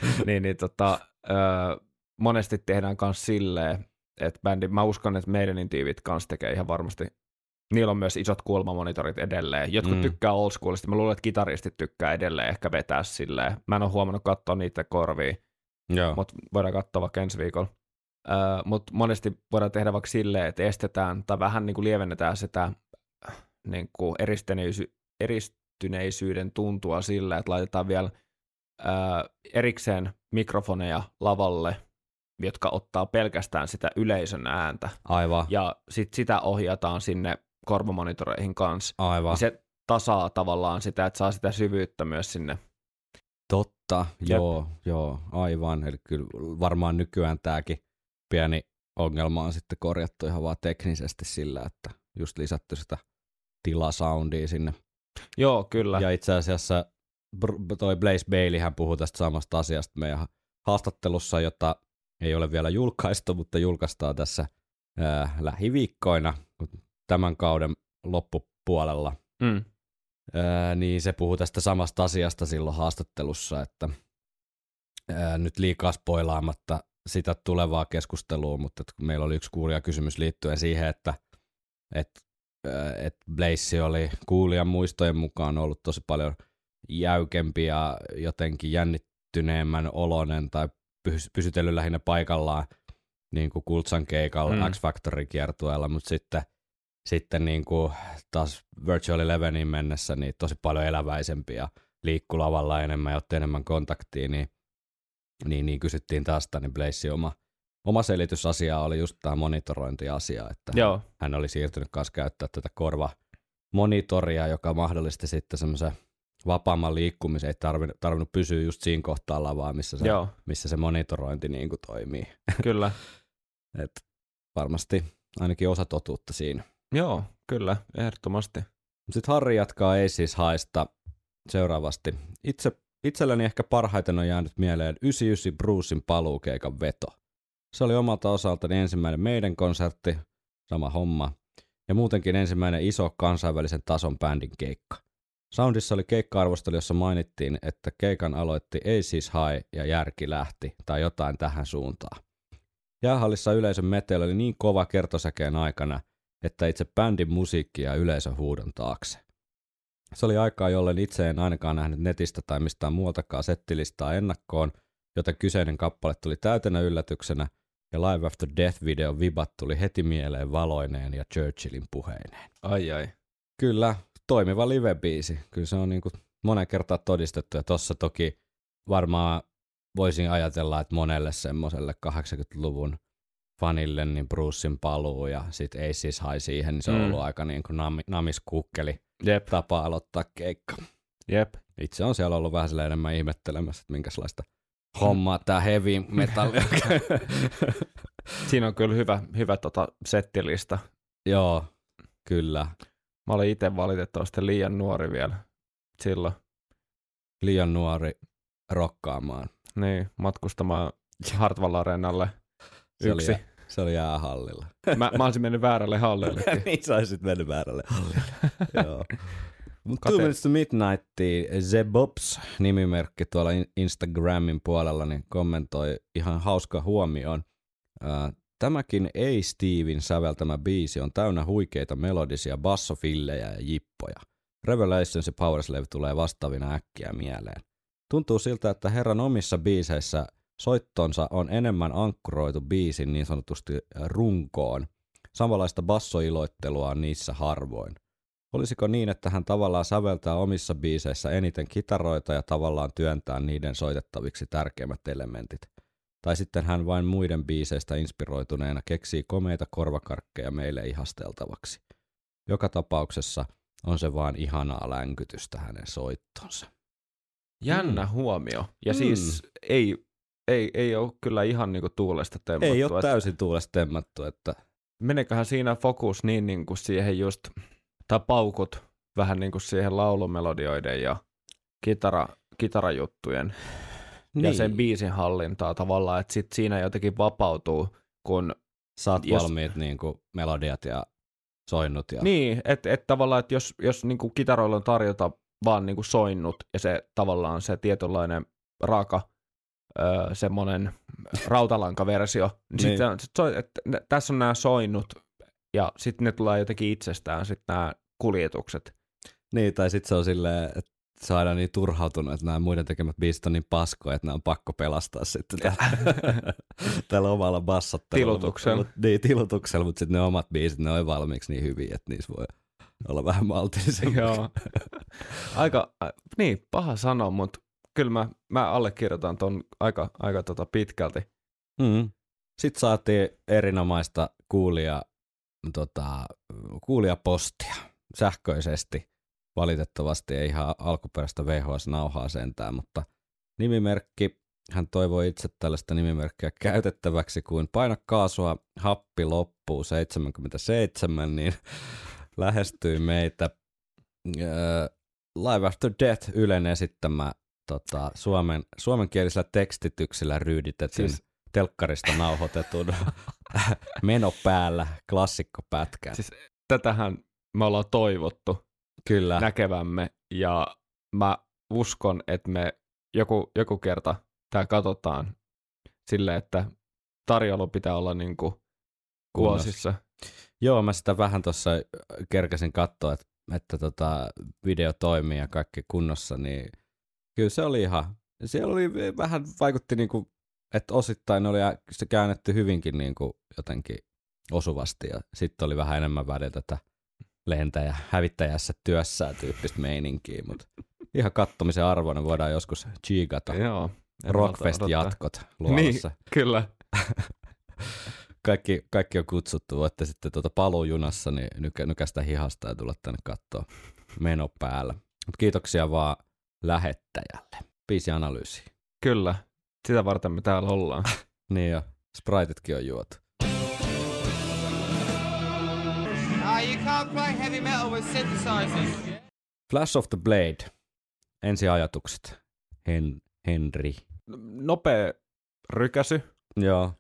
Monesti tehdään myös silleen, että mä uskon, että meidänin tiivit kanssa tekee ihan varmasti, niillä on myös isot kuulomonitorit edelleen. Jotkut tykkää old schoolista, mä luulen, että kitaristit tykkää edelleen ehkä vetää silleen. Mä en ole huomannut katsoa niitä korvia, mutta voidaan katsoa vaikka ensi viikolla. Mutta monesti voidaan tehdä vaikka silleen, että estetään tai vähän niin kuin lievennetään sitä niin kuin eristyneisyyden tuntua sillä, että laitetaan vielä erikseen mikrofoneja lavalle, jotka ottaa pelkästään sitä yleisön ääntä. Aivan. Ja sitten sitä ohjataan sinne korvamonitoreihin kanssa. Aivan. Ja se tasaa tavallaan sitä, että saa sitä syvyyttä myös sinne. Totta, joo, aivan. Eli kyllä varmaan nykyään tämäkin pieni ongelma on sitten korjattu ihan vaan teknisesti sillä, että just lisätty sitä tilasoundia sinne. Joo, kyllä. Ja itse asiassa toi Blaze Bailey hän puhuu tästä samasta asiasta meidän haastattelussa, jota ei ole vielä julkaistu, mutta julkaistaan tässä lähiviikkoina tämän kauden loppupuolella. Niin se puhuu tästä samasta asiasta silloin haastattelussa, että nyt liikaa spoilaamatta sitä tulevaa keskustelua, mutta meillä oli yksi kuulijakysymys liittyen siihen, että Blaze oli kuulijan muistojen mukaan ollut tosi paljon jäykempi ja jotenkin jännittyneemmän oloinen tai pysytellyt lähinnä paikallaan niin kuin Kultsan keikalla X-Factory-kiertueella, mutta sitten niin kuin taas Virtual Eleveniin mennessä niin tosi paljon eläväisempi ja liikkuu lavalla enemmän ja otti enemmän kontaktia, niin kysyttiin tästä, niin Blaze oma selitysasia oli just tämä monitorointiasia, että hän oli siirtynyt kanssa käyttää tätä korvamonitoria, joka mahdollisti sitten semmoisen vapaamman liikkumisen, ei tarvinnut pysyä just siinä kohtaa lavaa, missä se monitorointi niin kuin toimii. Kyllä. Et varmasti ainakin osa totuutta siinä. Joo, kyllä, ehdottomasti. Sitten Harri jatkaa Ei siis haista seuraavasti. Itselläni ehkä parhaiten on jäänyt mieleen 99 Brucen paluukeikan veto. Se oli omalta osaltani ensimmäinen meidän konsertti, sama homma, ja muutenkin ensimmäinen iso kansainvälisen tason bändin keikka. Soundissa oli keikka-arvostelu, jossa mainittiin, että keikan aloitti Ei siis hae ja järki lähti, tai jotain tähän suuntaan. Jäähallissa yleisön meteillä oli niin kova kertosäkeen aikana, että itse bändin musiikki ja yleisön huudon taakse. Se oli aikaa, jolloin itse en ainakaan nähnyt netistä tai mistään muualtakaan settilistaa ennakkoon, joten kyseinen kappale tuli täytenä yllätyksenä ja Live After Death-videon vibat tuli heti mieleen valoineen ja Churchillin puheineen. Ai. Kyllä, toimiva live-biisi. Kyllä se on niin kuin monen kertaan todistettu ja tossa toki varmaan voisin ajatella, että monelle semmoiselle 80-luvun fanille niin Brucein paluu ja sitten Aces High siihen, niin se on ollut aika niin kuin namiskukkeli tapa aloittaa keikka. Jep. Itse on siellä ollut vähän enemmän ihmettelemässä, että minkälaista hommaa tää heavy metalli. Siinä on kyllä hyvä settilista. Joo, kyllä. Mä olin itse valitettavasti liian nuori vielä silloin. Liian nuori rokkaamaan. Niin, matkustamaan Hartwall Arenalle yksi. Se oli jäähallilla. Mä olisin mennyt väärälle hallille. Niin sä olisit mennyt väärälle hallille. Joo. Mutta 2 Minutes to Midnightiin The Bobs nimimerkki tuolla Instagramin puolella niin kommentoi ihan hauska huomioon. Tämäkin A-Steven säveltämä biisi on täynnä huikeita melodisia bassofillejä ja jippoja. Revelations ja Powerslave tulee vastaavina äkkiä mieleen. Tuntuu siltä, että herran omissa biiseissä soittonsa on enemmän ankkuroitu biisin niin sanotusti runkoon. Samanlaista bassoiloittelua on niissä harvoin. Olisiko niin, että hän tavallaan säveltää omissa biiseissä eniten kitaroita ja tavallaan työntää niiden soitettaviksi tärkeimmät elementit? Tai sitten hän vain muiden biiseistä inspiroituneena keksii komeita korvakarkkeja meille ihasteltavaksi. Joka tapauksessa on se vaan ihanaa länkytystä hänen soittonsa. Jännä huomio. Ja siis ei ole kyllä ihan niinku tuulesta temmattu. Ei ole täysin tuulesta temmattu. Että meneköhän siinä fokus niin niinku siihen just, tai paukut vähän niinku siihen laulumelodioiden ja kitarajuttujen ja sen biisin hallintaa tavallaan, että sit siinä jotenkin vapautuu, kun saat valmiit niinku melodiat ja soinnut. Ja niin, että tavallaan, että jos niinku kitaroilla on tarjota vaan niinku soinnut ja se tavallaan se tietynlainen raaka semmoinen rautalankaversio, niin tässä on nämä soinnut ja sitten ne tulee jotenkin itsestään sitten nämä kuljetukset. Niin, tai sitten se on silleen, että se on aina niin turhautunut, että nämä muiden tekemät biisit on niin paskoja, että nämä on pakko pelastaa sitten tällä omalla bassottelulla. Tilutuksella. Niin, tilutuksella, mutta sitten ne omat biisit, ne on valmiiksi niin hyviä, että niissä voi olla vähän maltillisempia. Joo. Aika, niin, paha sanoa, mutta kyllä mä allekirjoitan ton aika pitkälti. Sitten saatiin erinomaista kuulijapostia sähköisesti. Valitettavasti ei ihan alkuperäistä VHS-nauhaa sentään, mutta nimimerkki, hän toivoi itse tällaista nimimerkkiä käytettäväksi kuin paina kaasua, happi loppuu 77, niin lähestyi meitä Live After Death Ylen esittämä suomenkielisellä tekstityksellä ryyditetyn telkkarista nauhoitetun meno päällä klassikkopätkän. Siis tätähän me ollaan toivottu kyllä näkevämme ja mä uskon, että me joku kerta tää katsotaan silleen, että tarjoulu pitää olla niinku kuosissa. Joo, mä sitä vähän tuossa kerkäsin katsoa, että video toimii ja kaikki kunnossa, niin kyllä se oli siellä oli vähän vaikutti niinku, että osittain oli se käännetty hyvinkin niinku jotenkin osuvasti ja sitten oli vähän enemmän välillä tätä lentäjä, hävittäjässä työssään tyyppistä meininkiä, mutta ihan kattomisen arvoinen voidaan joskus chiigata. Joo. Rockfest-jatkot luolassa. Niin, kyllä. Kaikki on kutsuttu, voitte sitten paluujunassa niin nykästä hihasta ja tulla tänne katsoa meno päällä. Mut kiitoksia vaan lähettäjälle. Biisianalyysi. Kyllä, sitä varten me täällä ollaan. Niin jo, Spriteitkin on juotu. You can't play heavy metal with synthesizers. Flash of the Blade. Ensi ajatukset. Henri. Nopea rykäsy. Joo.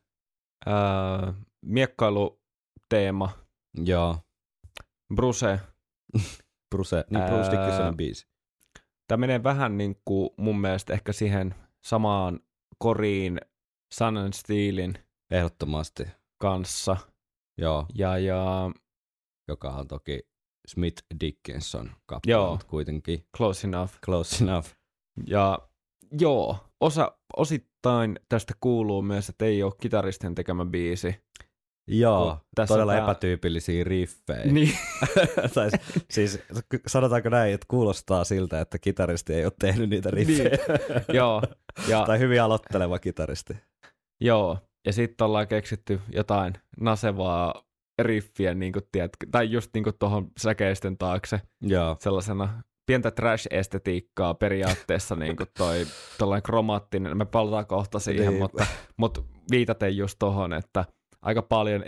Miekkailuteema. Joo. Bruce. Bruce Dickinsonin biisi. Tämä menee vähän niin kuin mun mielestä ehkä siihen samaan koriin Sun and Steelin ehdottomasti kanssa. Joo. Ja joka on toki Smith Dickinson kappale, mutta kuitenkin. Close enough. Close enough. Ja joo, osittain tästä kuuluu myös, että ei ole kitaristin tekemä biisi. Joo, todella epätyypillisiä riffejä. Niin. Tai siis sanotaanko näin, että kuulostaa siltä, että kitaristi ei ole tehnyt niitä riffejä. Niin. Joo. Tai hyvin aloitteleva kitaristi. Joo, ja sitten ollaan keksitty jotain nasevaa riffiä, niin kuin tiedät, tai just niin kuin tuohon säkeisten taakse. Joo. Sellaisena pientä trash-estetiikkaa periaatteessa, niin kuin tollainen kromaattinen, me palataan kohta siihen, niin. mutta viitaten just tohon, että aika paljon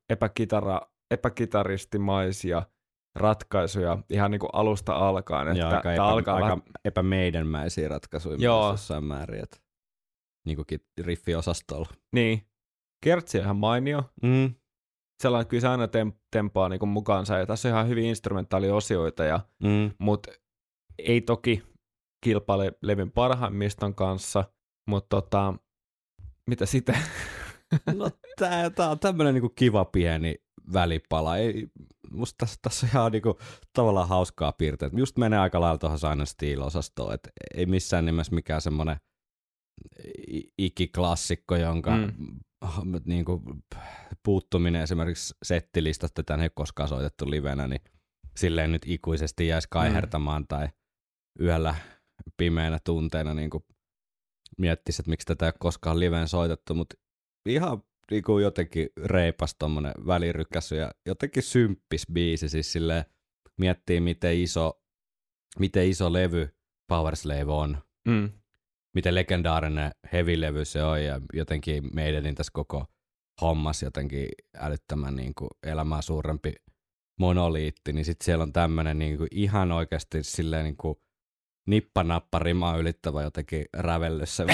epäkitaristimaisia ratkaisuja ihan niin kuin alusta alkaen. Että ja aika epämeidänmäisiä ratkaisuja jossain määrin, että niin kuin riffiosastolla. Niin, kertsi on ihan mainio. Sellainen kyllä se aina tempaa niin kuin mukaansa, ja tässä on ihan hyvin instrumentaaliosioita, mutta ei toki kilpaile levyn parhaimmiston kanssa, mutta mitä sitten? No tää on tämmönen niinku kiva pieni välipala. Musta tässä on ihan niinku tavallaan hauskaa piirteet. Just menee aika lailla tuohon Silent Steel-osastoon, että ei missään nimessä mikään semmonen ikiklassikko, jonka niinku puuttuminen esimerkiksi settilistasta, tämän ei ole koskaan soitettu livenä, niin silleen nyt ikuisesti jäisi kaihertamaan tai yöllä pimeänä tunteina niinku miettisi, että miksi tätä ei ole koskaan liveen soitettu, mutta ihan niinku jotenkin reipas tommonen välirykäsy ja jotenkin symppis biisi, siis silleen miettii miten iso levy Powerslave on, miten legendaarinen heavy-levy se on ja jotenkin meidänin tässä koko hommas jotenkin älyttömän niinku elämää suurempi monoliitti, niin sit siellä on tämmönen niinku ihan oikeasti silleen niinku nippanappa rimaa ylittävä jotenkin rävellyssä.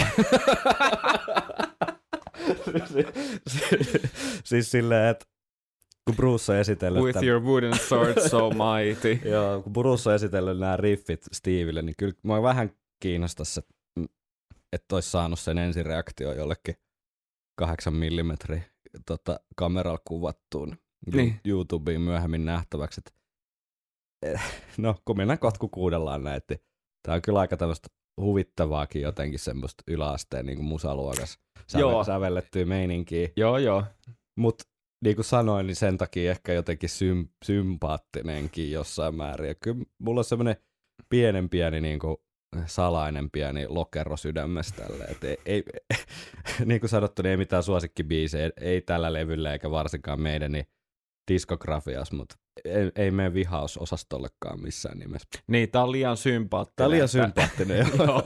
Siis silleen, että kun Bruce on esitellyt With your wooden sword so mighty. Joo, kun Bruce on esitellyt nämä riffit Stevelle, niin kyllä mua vähän kiinnostaisi, että olisi saanut sen ensireaktio jollekin 8 mm kameralla kuvattuun YouTubeen myöhemmin nähtäväksi. No, kun mennään kohta kun kuudellaan näitä, tämä on kyllä aika tämmöistä huvittavaakin jotenkin semmoista yläasteen niin kuin musaluokas sävellettyä meininkiä. Joo. Mutta niin kuin sanoin, niin sen takia ehkä jotenkin sympaattinenkin jossain määrin. Ja kyllä mulla on semmoinen pieni niin kuin salainen pieni lokero sydämessä tälle. Ei, niin kuin sanottu, niin ei mitään suosikkibiisejä, ei tällä levyllä eikä varsinkaan meidän diskografiassa, mutta ei mene vihausosastollekaan missään nimessä. Niin, tää on liian sympaattinen. Tää on liian sympaattinen, joo.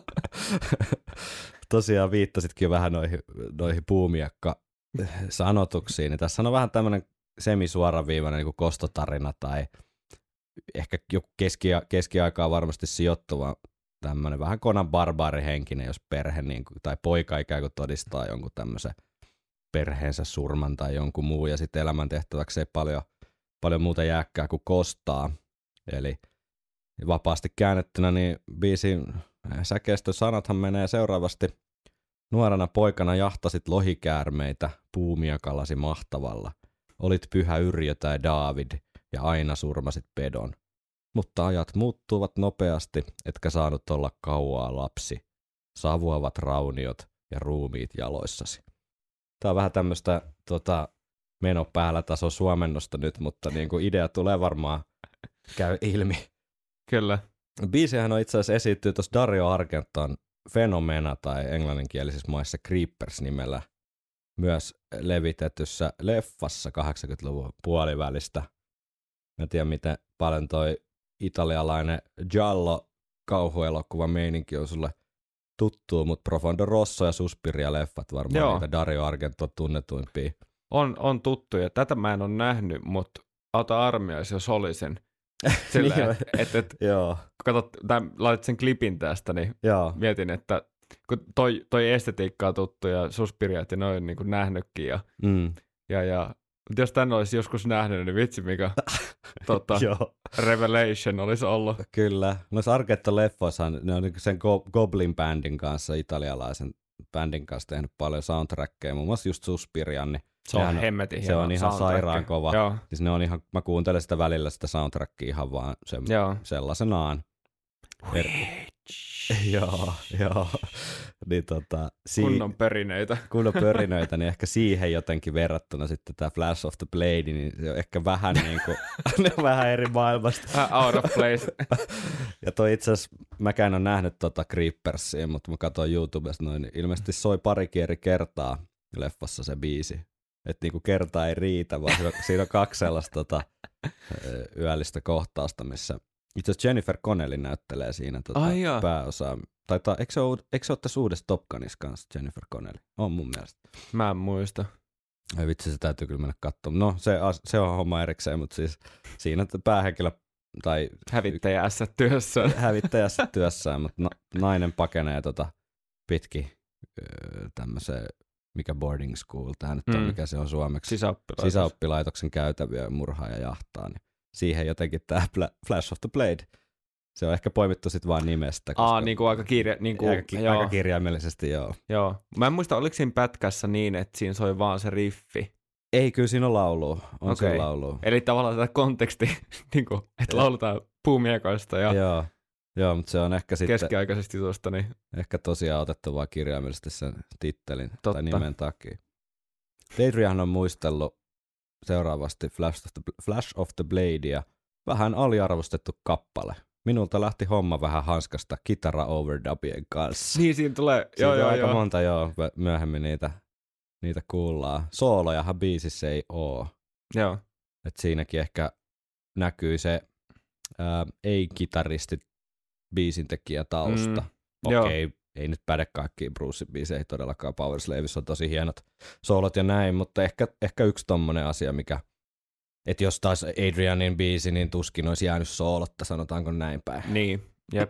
Tosiaan viittasitkin vähän noihin puumiakka-sanotuksiin. Ja tässä on vähän tämmöinen semisuoraviivainen niin kuin kostotarina tai ehkä joku keskiaikaa varmasti sijoittuva tämmöinen vähän Conan barbaarihenkinen, jos perhe niin kuin, tai poika ikään kuin todistaa jonkun tämmöisen perheensä surman tai jonkun muu, ja sitten elämäntehtäväksi ei paljon muuta jääkkää kuin kostaa. Eli vapaasti käännettynä, niin biisin säkeistön sanathan menee seuraavasti. Nuorena poikana jahtasit lohikäärmeitä, puumiakalasi mahtavalla. Olit pyhä Yrjö tai Daavid, ja aina surmasit pedon. Mutta ajat muuttuvat nopeasti, etkä saanut olla kauaa lapsi. Savuavat rauniot ja ruumiit jaloissasi. Tämä on vähän tämmöistä meno päällä taso suomennosta nyt, mutta niin kuin idea tulee varmaan käy ilmi. Kyllä. Biisihän on itse asiassa esiintyy tuossa Dario Argenton Fenomena tai englanninkielisissä maissa Creepers nimellä myös levitetyssä leffassa 80-luvun puolivälistä. Mä en tiedä, miten paljon toi italialainen Giallo kauhuelokuva meininki on sulle tuttuu, mutta Profondo Rosso ja Suspiria-leffat varmaan niitä Dario Argenton tunnetuimpia. On tuttu, ja tätä mä en ole nähnyt, mutta auta armiais, jos olisin. Silleen, katsot, laitat sen klipin tästä, niin mietin, että kun toi estetiikka on tuttu ja Suspiriat ja noin niin kuin nähnytkin. Mutta jos tän olisi joskus nähnyt, niin vitsi mikä revelation olisi ollut. Kyllä. Noissa Argento-leffoissa ne on niin sen Goblin Bandin kanssa, italialaisen bändin kanssa tehnyt paljon soundtrackeja, muun muassa just Suspirian, niin Se on hemmetin hieno. Se on ihan sairaan kova. Joo. Siis ne on ihan, mä kuuntelen sitä välillä sitä soundtrackia ihan vaan sellaisenaan. Joo. Niin kunnon pörinöitä, niin ehkä siihen jotenkin verrattuna sitten tämä Flash of the Blade, niin se on ehkä vähän niinku, ne on vähän eri maailmasta. Out of place. Ja toi itse asiassa, mäkään en ole nähnyt Creepersia, mutta mä katsoin YouTubesta noin, niin ilmeisesti soi parikin eri kertaa leffassa se biisi. Että niinku kertaa ei riitä, vaan siinä on 2 sellaista yöllistä kohtausta, missä itse asiassa Jennifer Connelly näyttelee siinä pääosaa. Eikö se ole tässä uudessa Top Gunissa kanssa Jennifer Connelly? On mun mielestä. Mä en muista. Ai vitsi, se täytyy kyllä mennä katsomaan. No se on homma erikseen, mutta siis siinä päähenkilö tai hävittäjässä työssään, mutta nainen pakenee pitkin tämmöiseen, mikä boarding school, tämä nyt on, mikä se on suomeksi. Sisäoppilaitoksen käytäviä ja murhaa ja jahtaa, niin siihen jotenkin tämä Flash of the Blade, se on ehkä poimittu sitten vaan nimestä. Niin kuin aika kirjaimellisesti, joo. Joo. Mä en muista, oliko siinä pätkässä niin, että siinä soi vaan se riffi. Ei, kyllä siinä on laulu. Siinä laulu. Eli tavallaan tätä konteksti, niin kuin, että lauletaan puumiekoista ja joo, mutta se on ehkä sitten keskiaikaisesti tuosta. Niin ehkä tosiaan otettu vaan kirjaimellisesti sen tittelin tai nimen takia. Adrian on muistellut seuraavasti Flash of the Bladea, vähän aliarvostettu kappale. Minulta lähti homma vähän hanskasta kitara overdubien kanssa. Niin, siinä tulee. Aika monta myöhemmin niitä kuullaan. Soolojahan biisissä ei oo. Joo. Et siinäkin ehkä näkyy se ei-kitaristi biisintekijä tausta. Okei, ei nyt päde kaikkiin Brucein biiseihin todellakaan. Power Slaves on tosi hienot soolot ja näin, mutta ehkä yksi tommonen asia, mikä, että jos taas Adrianin biisi, niin tuskin olisi jäänyt soolotta, sanotaanko näin päin. Niin, jep.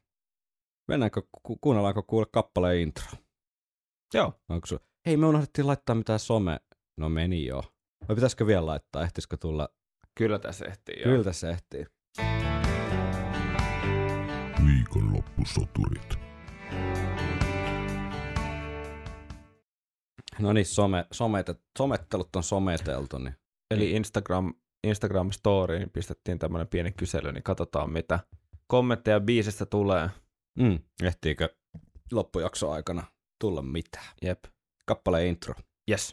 Kuunnellaanko kuule kappaleen intro? Joo. Hei, me unohdettiin laittaa mitään No meni jo. Vai pitäisikö vielä laittaa? Ehtisikö tulla? Kyllä tässä ehtii, joo. Kyllä tässä ehtii. Viikonloppusoturit. No niin, somettelut on someteltu. Niin. Eli Instagram storyin pistettiin tämmöinen pieni kysely, niin katsotaan mitä kommentteja biisistä tulee. Ehtiikö loppujakson aikana tulla mitään? Jep. Kappaleen intro. Yes.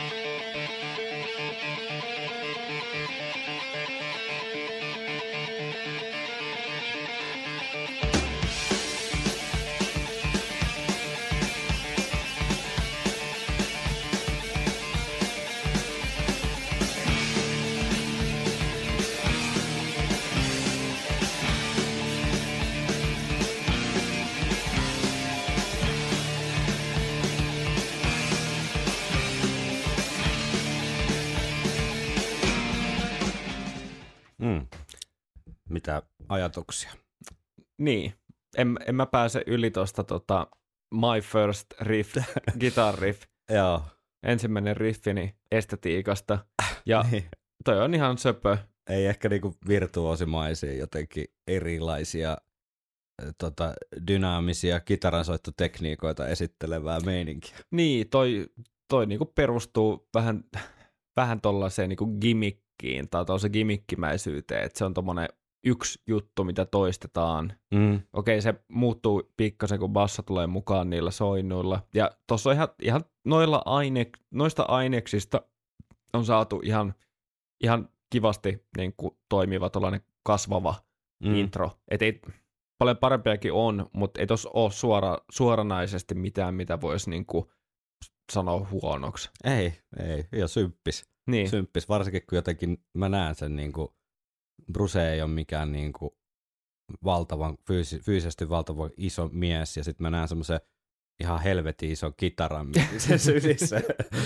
Mitä ajatuksia? Niin, en mä pääse yli tuosta My First Riff, guitar riff. Joo. Ensimmäinen riffini estetiikasta. Ja toi on ihan söpö. Ei ehkä niinku virtuosimaisia, jotenkin erilaisia dynaamisia kitaransoittotekniikoita esittelevää meininkiä. Niin, toi niinku perustuu vähän tollaiseen niinku gimmickiin tai tuollaiseen gimmikkimäisyyteen, että se on tommonen yksi juttu, mitä toistetaan. Okei, se muuttuu pikkasen, kun bassa tulee mukaan niillä soinnuilla. Ja tuossa on ihan noista aineksista on saatu ihan kivasti niin kuin toimiva tollainen kasvava intro. Et ei, paljon parempiakin on, mutta ei tuossa ole suoranaisesti mitään, mitä voisi niin kuin sanoa huonoksi. Ei, ja symppis. Niin. Symppis, varsinkin kun jotenkin mä näen sen niin kuin Bruce ei ole mikään niinku valtavan, fyysisesti valtavan iso mies, ja sitten mä näen semmoisen ihan helvetin ison kitaran sen sylissä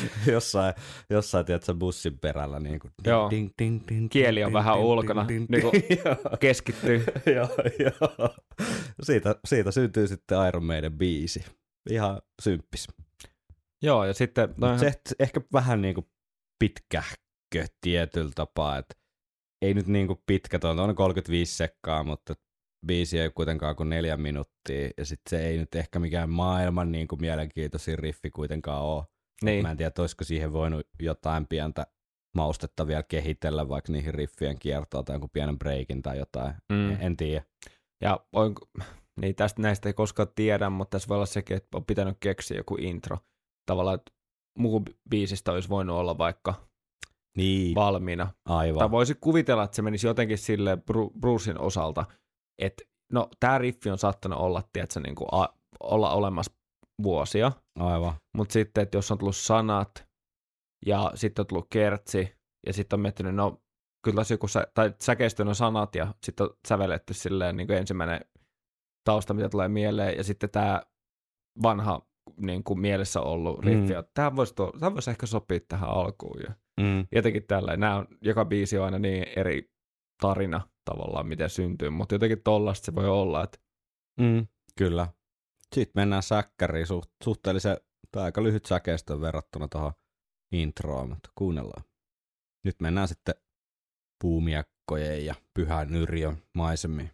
jossain tiedätkö, bussin perällä. Niinku, joo, kieli on vähän ulkona, niinku keskittyy. Joo. Siitä syntyy sitten Iron Maiden biisi. Ihan symppis. Joo, ja sitten se ehkä vähän niinku pitkähkö tietyllä tapaa, että ei nyt niinku pitkä, on 35 sekkaa, mutta biisi ei kuitenkaan kuin 4 minuuttia, ja sitten se ei nyt ehkä mikään maailman niinku mielenkiintoisin riffi kuitenkaan ole. Niin. Mä en tiedä, olisiko siihen voinut jotain pientä maustetta vielä kehitellä, vaikka niihin riffien kiertoon tai jonkun pienen breakin tai jotain. En tiedä. Ja niin näistä ei koskaan tiedä, mutta tässä voi olla sekin, että on pitänyt keksiä joku intro. Tavallaan, että muu biisistä olisi voinut olla vaikka valmiina. Aivan. Tai voisi kuvitella, että se menisi jotenkin sille Brucein osalta, että no tämä riffi on saattanut olla, tiedätkö, niin kuin olla olemassa vuosia. Aivan. Mutta sitten, että jos on tullut sanat ja sitten on tullut kertsi ja sitten on miettinyt, no kyllä joku säkeistön on sanat ja sitten on sävelletty silleen niin kuin ensimmäinen tausta, mitä tulee mieleen ja sitten tämä vanha niin kuin mielessä ollut riffi, tämä voisi ehkä sopia tähän alkuun. Ja jotenkin tällä, joka biisi on aina niin eri tarina tavallaan, miten syntyy, mutta jotenkin tollaista se voi olla. Että... Kyllä. Sitten mennään säkkäriin, suhteellisen tai aika lyhyt säkeistö verrattuna tuohon introon, mutta kuunnellaan. Nyt mennään sitten puumiekkojen ja Pyhän Yrjön maisemiin.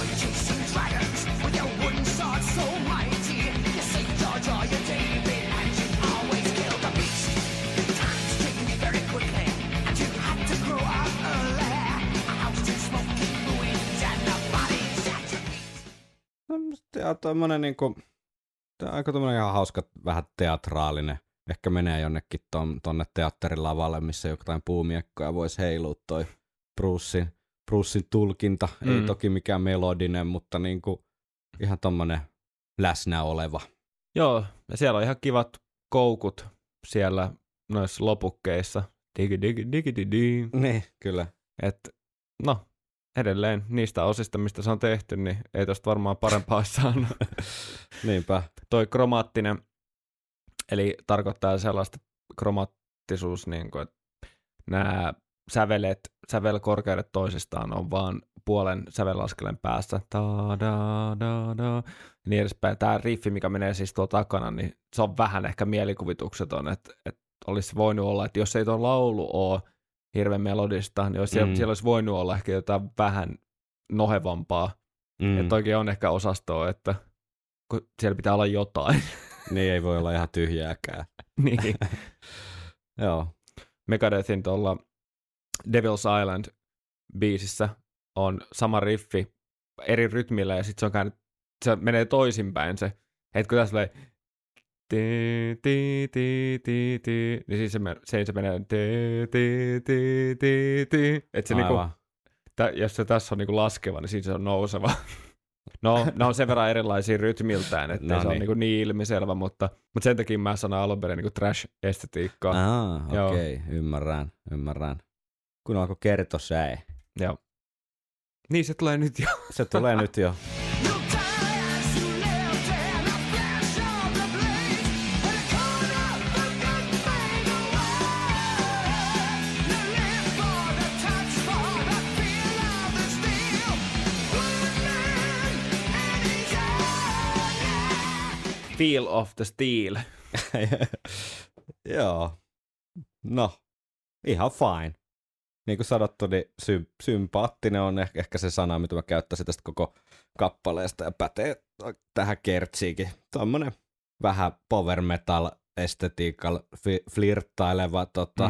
Ja tommonen niinku, aika tommonen ihan hauska, vähän teatraalinen. Ehkä menee jonnekin tonne teatterilavalle, missä jotain puumiekkoja voisi heilua toi Brucein tulkinta. Ei toki mikään melodinen, mutta niinku ihan tommonen läsnä oleva. Joo, ja siellä on ihan kivat koukut siellä noissa lopukkeissa. Digi. Niin, kyllä. Et, no, edelleen niistä osista, mistä se on tehty, niin ei tosta varmaan parempaa saanut. Niinpä. Toi kromaattinen, eli tarkoittaa sellaista kromaattisuus, niin kuin, että nämä sävelkorkeudet toisistaan on vaan puolen sävelaskeleen päässä. Niin edespäin. Tämä riffi, mikä menee siis tuolla takana, niin se on vähän ehkä mielikuvitukseton, että olisi voinut olla, että jos ei tuo laulu ole hirveän melodista, niin siellä olisi voinut olla ehkä jotain vähän nohevampaa. Että oikein on ehkä osastoa, että kun siellä pitää olla jotain. Niin ei voi olla ihan tyhjääkään. Niin. Joo. Megadethin tuolla Devil's Island-biisissä on sama riffi eri rytmillä ja sitten se menee toisinpäin se. Että kun tässä tulee niin siis se menee että se niinku, jos se tässä on niinku laskeva, niin siinä se on nouseva. No, ne on sen verran erilaisia rytmiltään, että se on niin ilmiselvä, mutta sen takia mä sanon alun perin niinku trash-estetiikkaa. Okei, ymmärrän. Kun alkoi kertoa säe. Joo. Niin, se tulee nyt jo. Se tulee nyt jo. Feel of the Steel. Joo. No, ihan fine. Niin kuin sanottu, niin sympaattinen on ehkä se sana, mitä mä käyttäisin tästä koko kappaleesta ja pätee tähän kertsiinkin. Tuommoinen vähän power metal estetiikalla flirttaileva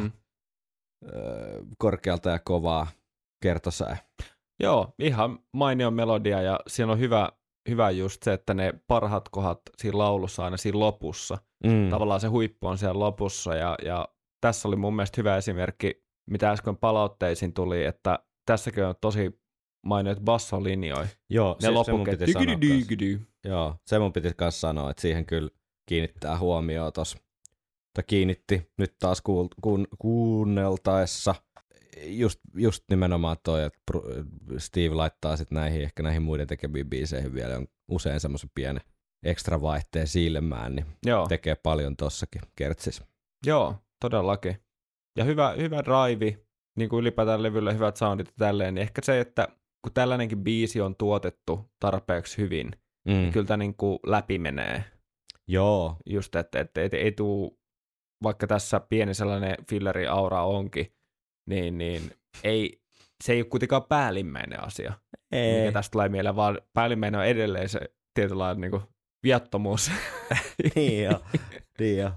korkealta ja kovaa kertosäe. Joo, ihan mainio melodia ja siinä on hyvä just se, että ne parhaat kohdat siinä laulussa aina siinä lopussa. Tavallaan se huippu on siellä lopussa ja tässä oli mun mielestä hyvä esimerkki, mitä äsken palautteisiin tuli, että tässäkin on tosi mainioita bassolinjoja. Joo, se mun piti sanoa. Joo, se mun piti kanssa sanoa, että siihen kyllä kiinnittää huomioon tuossa. Tai kiinnitti nyt taas kuunneltaessa. Just nimenomaan toi, että Steve laittaa sitten näihin muiden tekemiin biiseihin vielä on usein semmoisen pienen ekstra vaihteen silmään, niin tekee paljon tossakin kertsissä. Joo, todellakin. Ja hyvä drive, niin kuin ylipäätään levyllä hyvät soundit ja tälleen, niin ehkä se, että kun tällainenkin biisi on tuotettu tarpeeksi hyvin, niin kyllä tämä niin kuin läpi menee. Joo. Just, että ei tule, vaikka tässä pieni sellainen filleri-aura onkin, niin se ei ole kuitenkaan päällimmäinen asia, mikä tästä tulee mieleen, vaan päällimmäinen on edelleen se tietynlainen niin kuin viattomuus. Niin jo.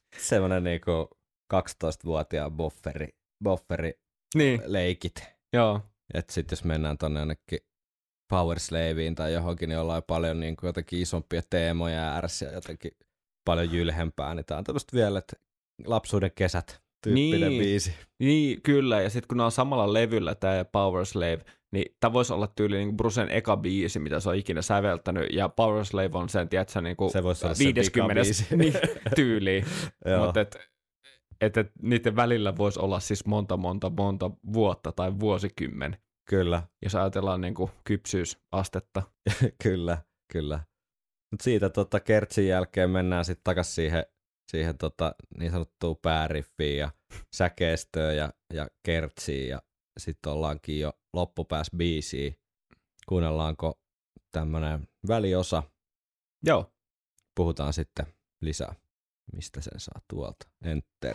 Semmoinen niinku 12-vuotiaan bofferi Niin, leikit. joo. Että sit jos mennään tonne jonnekin Power Slaveen tai johonkin, niin ollaan paljon niinku jotenkin isompia teemoja ja ärsiä jotenkin paljon jylhempää, niin tää on tämmöistä vielä, että lapsuuden kesät tyyppinen biisi. Niin, kyllä. Ja sitten kun ne on samalla levyllä, tämä ja Power Slave, niin tämä voisi olla tyyli niin Brucen eka biisi, mitä se on ikinä säveltänyt, ja Power Slave on sen, tiedätkö, niin kuin se voisi olla 50 niin, tyyliin. Mutta että niiden välillä voisi olla siis monta vuotta tai vuosikymmen. Kyllä. Jos ajatellaan niin kuin kypsyysastetta. Kyllä. Mutta siitä kertsin jälkeen mennään sitten takaisin siihen niin sanottuun pääriffiin ja säkeistöön ja kertsiin ja sitten ollaankin jo loppupäässä biisiin. Kuunnellaanko tämmönen väliosa? Joo. Puhutaan sitten lisää. Mistä sen saa tuolta? Enter.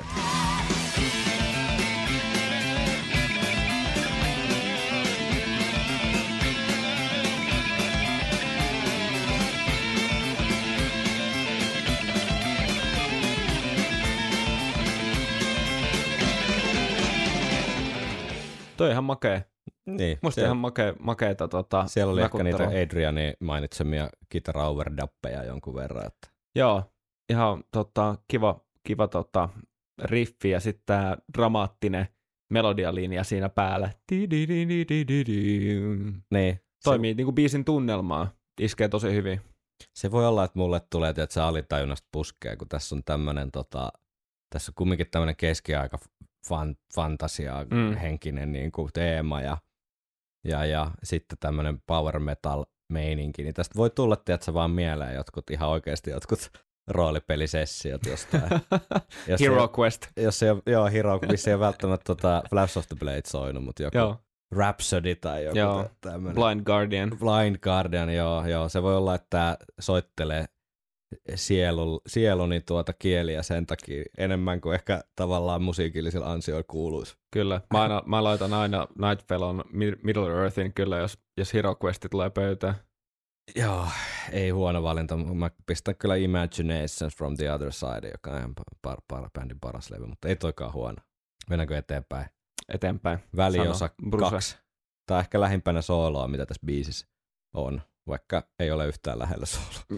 Toi ihan makea. Niin, musta ihan makeeta siellä oli ehkä niitä nakuttelua. Adrianin mainitsemia guitar-overdappeja jonkun verran. Että. Joo, ihan kiva riffi ja sitten tämä dramaattinen melodialinja siinä päällä. Niin. Toimii niinku biisin tunnelmaa. Iskee tosi hyvin. Se voi olla, että mulle tulee, että se alitajunnasta puskee, kun tässä on tämmöinen, tässä on kumminkin tämmöinen keskiaika fantasia henkinen niin kuin teema ja sitten tämmöinen power metal meininki, niin tästä voi tulla, tiedätkö, vaan mieleen ihan oikeasti jotkut roolipelisessiot jostain. Hero Quest. Joo, Hero Quest ei ole välttämättä Flash of the Blade soinut, mutta joku Rhapsody tai joku tämmöinen. Blind Guardian, joo. Se voi olla, että tämä soittelee sieluni kieliä sen takia enemmän kuin ehkä tavallaan musiikillisilla ansioilla kuuluisi. Kyllä. Mä laitan aina Nightfellon Middle Earthin kyllä, jos Hero Quest tulee pöytään. Joo, ei huono valinta. Mä pistän kyllä Imaginations from the Other Side, joka on ihan bändin paras levy, mutta ei toikaan huono. Mennäänkö eteenpäin? Eteenpäin. Väliosa 2. Tai ehkä lähimpänä sooloa, mitä tässä biisissä on, vaikka ei ole yhtään lähellä sooloa.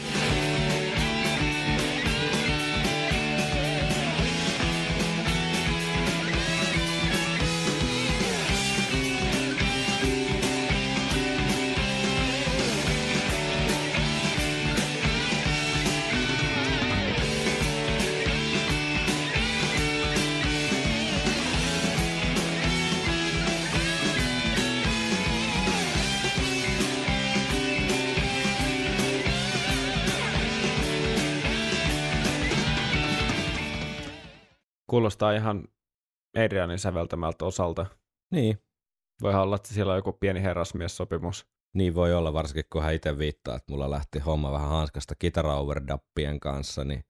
Kuulostaa ihan Adrianin säveltämältä osalta. Niin. Voihan olla, että siellä on joku pieni herrasmies-sopimus. Niin voi olla, varsinkin kun hän itse viittaa, että mulla lähti homma vähän hanskasta guitar-overdappien kanssa, niin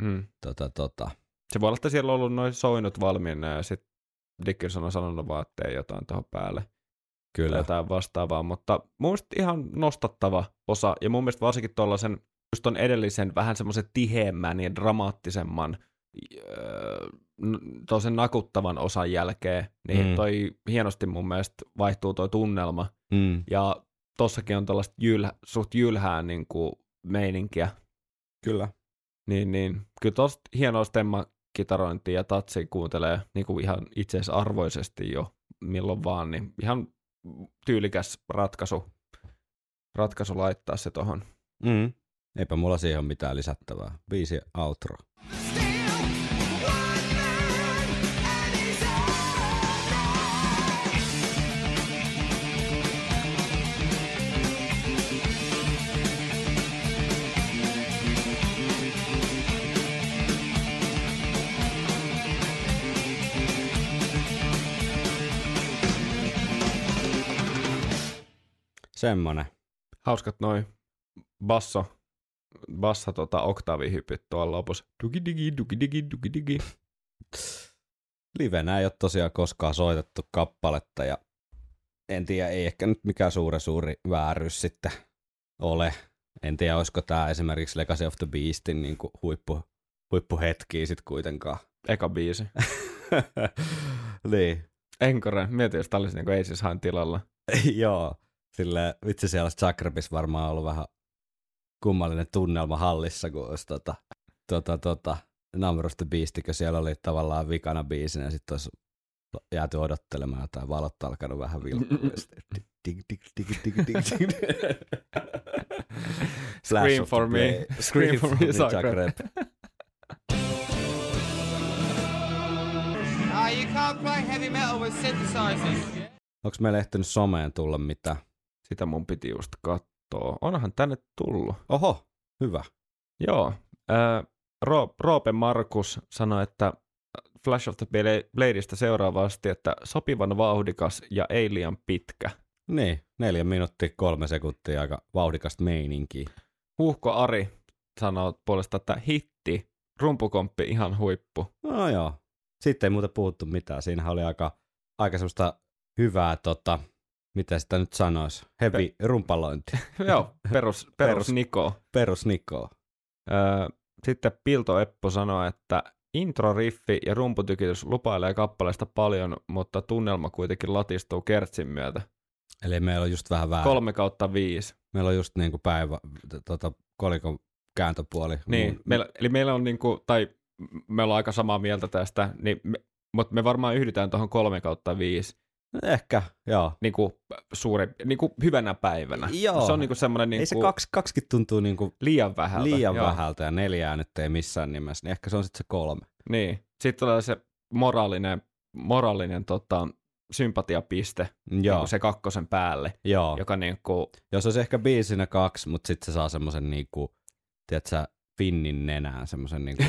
Se voi olla, että siellä on ollut noin soinut valmiina ja sitten Dickinson on sanonut vaan, että ei jotain tuohon päälle. Kyllä. Jotain vastaavaa, mutta mun mielestä ihan nostattava osa ja mun mielestä varsinkin tuollaisen just ton edellisen vähän semmoisen tiheämmän ja dramaattisemman toisen nakuttavan osan jälkeen, niin toi hienosti mun mielestä vaihtuu toi tunnelma. Ja tossakin on tällaista suht jylhää niin kuin meininkiä. Kyllä. Niin. Kyllä tosta hienoa stemmakitarointia ja tatsia kuuntelee niin kuin ihan itseisarvoisesti jo milloin vaan, niin ihan tyylikäs ratkaisu laittaa se tohon. Eipä mulla siihen ole mitään lisättävää. Biisi outro. Semmonen. Hauskat noi bassa oktaavihypyt tuolla lopussa. Dugidigi. Livenä ei ole tosiaan koskaan soitettu kappaletta ja en tiedä, ei ehkä nyt mikään suuri vääryys sitten ole. En tiedä, olisiko tämä esimerkiksi Legacy of the Beastin niin kuin huippuhetkiä sit kuitenkaan. Eka biisi. Niin. Encore. Mietin, jos tää olisi niinku Aces Highn tilalla. Joo. Silleen, vitsi siellä Zagrebissa varmaan ollut vähän kummallinen tunnelma hallissa, kun olisi Number of the Beast, kun siellä oli tavallaan vikana biisinä ja sitten olisi jääty odottelemaan jotain, valot alkanut vähän vilkkua. Scream for me. Scream for me, Zagreb. You can't play heavy metal with synthesizers. Onko meillä ehtinyt someen tulla mitään? Sitä mun piti just kattoo. Onhan tänne tullut. Oho, hyvä. Joo. Roope Markus sanoi, että Flash of the Bladeista seuraavasti, että sopivan vauhdikas ja ei liian pitkä. Niin, 4 minuuttia 3 sekuntia, aika vauhdikasta meininkiä. Huhko Ari sanoo puolesta, että hitti, rumpukomppi ihan huippu. No joo, sitten ei muuta puhuttu mitään. Siinähän oli aika semmoista hyvää, mitä sitä nyt sanoisi, heavy rumpalointi. Joo, perus Niko. Perus Niko. Sitten Pilto Eppo sanoi, että intro-riffi ja rumputykitys lupailee kappaleesta paljon, mutta tunnelma kuitenkin latistuu kertsin myötä. Eli meillä on just vähän väärin. 3/5. Meillä on just niinku päivä, kolikon kääntöpuoli. Niin, eli meillä on niinku, tai me ollaan aika samaa mieltä tästä, niin mutta me varmaan yhdytään tuohon 3/5. Ehkä, joo. Niinku niinku hyvänä päivänä. Joo. Se on niinku semmoinen niinku... Ei se 2 tuntuu niinku liian vähältä. Liian vähältä ja 4 nyt ei missään nimessä, niin ehkä se on sitten se 3. Niin. Sitten tulee se moraalinen sympatiapiste niinku se 2 päälle. Joo. Joka niinku... Jos olisi ehkä biisinä 2, mutta sitten se saa semmoisen niinku, tiedätkö, finnin nenään, semmoisen niinku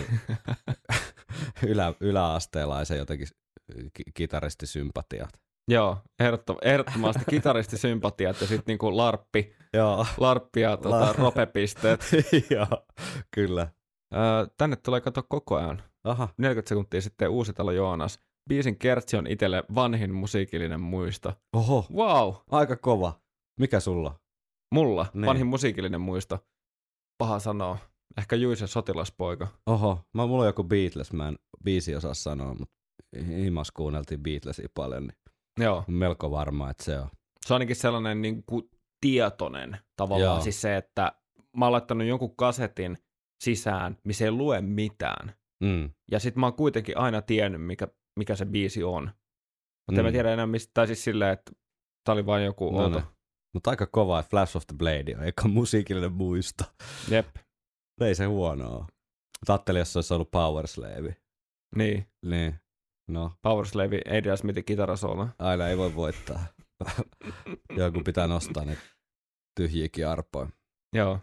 yläasteelaisen jotenkin kitaristisympatiat. Joo, ehdottomasti kitaristisympatiat ja sitten niinku larppi ja ropepisteet. Joo, kyllä. Tänne tulee kato koko ajan. Aha. 40 sekuntia sitten Uusitalo Joonas. Biisin kertsi on itselle vanhin musiikillinen muisto. Oho, wow. Aika kova. Mikä sulla? Mulla? Niin. Vanhin musiikillinen muisto. Paha sanoa. Ehkä Juisen sotilaspoika. Oho, mulla on joku Beatles, mä en biisi osaa sanoa, mutta himas kuunneltiin Beatlesia paljon, niin joo. Melko varma, että se on. Se on ainakin sellainen niin kuin tietoinen tavallaan. Joo. Siis se, että mä oon laittanut jonkun kasetin sisään, missä ei lue mitään. Ja sit mä oon kuitenkin aina tiennyt, mikä se biisi on. Mutta en mä tiedä enää mistä, tai siis silleen, että tää oli vain joku outo. Mutta aika kova, että Flash of the Blade on eikä musiikillinen muisto. Jep. Ei se huonoa. Mutta ajattelin, jos se olisi ollut Powerslave. Niin. No. Powerslave, Adrian Smithin kitarasoolo. Aina ei voi voittaa. Joku pitää nostaa ne tyhjiäkin arpoja. Joo.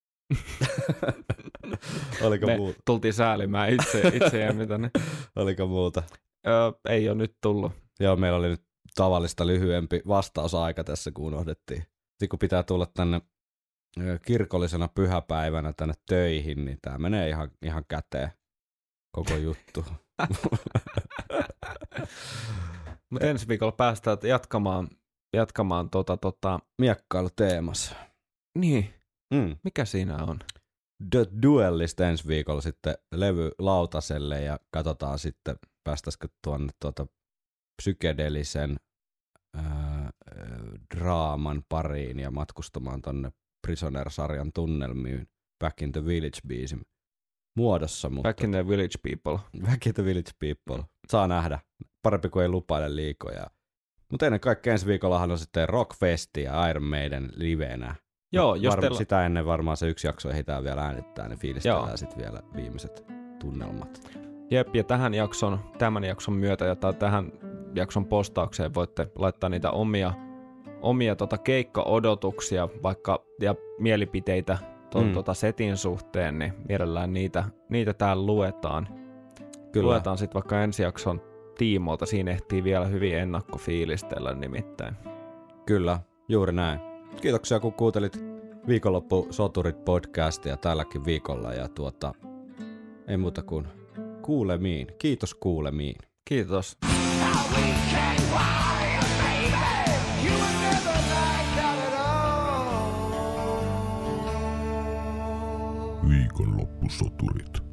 Oliko muuta? Tultiin säälimään itse jäämme tänne. Oliko muuta? Ei ole nyt tullut. Joo, meillä oli nyt tavallista lyhyempi vastausaika tässä, kun unohdettiin. Sitten kun pitää tulla tänne kirkollisena pyhäpäivänä tänne töihin, niin tää menee ihan käteen koko juttu. Mutta ensi viikolla päästään jatkamaan miekkailuteemassa. Niin. Mikä siinä on? The Duellist ensi viikolla sitten levy lautaselle ja katsotaan sitten päästäisikö tuonne psykedelisen draaman pariin ja matkustamaan tonne Prisoner-sarjan tunnelmiin Back in the Village-biisin muodossa. Mutta Back in the Village People. Back in the Village People. Saa nähdä. Parempi kuin ei lupaile liikoja. Mutta ennen kaikkea ensi viikollahan on sitten Rockfesti ja Iron Maiden livenä. Joo, jos sitä ennen varmaan se yksi jakso ehditään vielä äänittää, niin fiilistellään sitten vielä viimeiset tunnelmat. Jep, ja tämän jakson myötä ja tähän jakson postaukseen voitte laittaa niitä omia keikka-odotuksia vaikka ja mielipiteitä setin suhteen, niin mielellään niitä täällä luetaan. Kyllä. Luetaan sitten vaikka ensi jakson tiimoilta, siinä ehtii vielä hyvin ennakkofiilistellä nimittäin. Kyllä, juuri näin. Kiitoksia kun kuuntelit Viikonloppu Soturit podcastia tälläkin viikolla ja ei muuta kuin kuulemiin. Kiitos kuulemiin. Kiitos. Viikonloppu Soturit.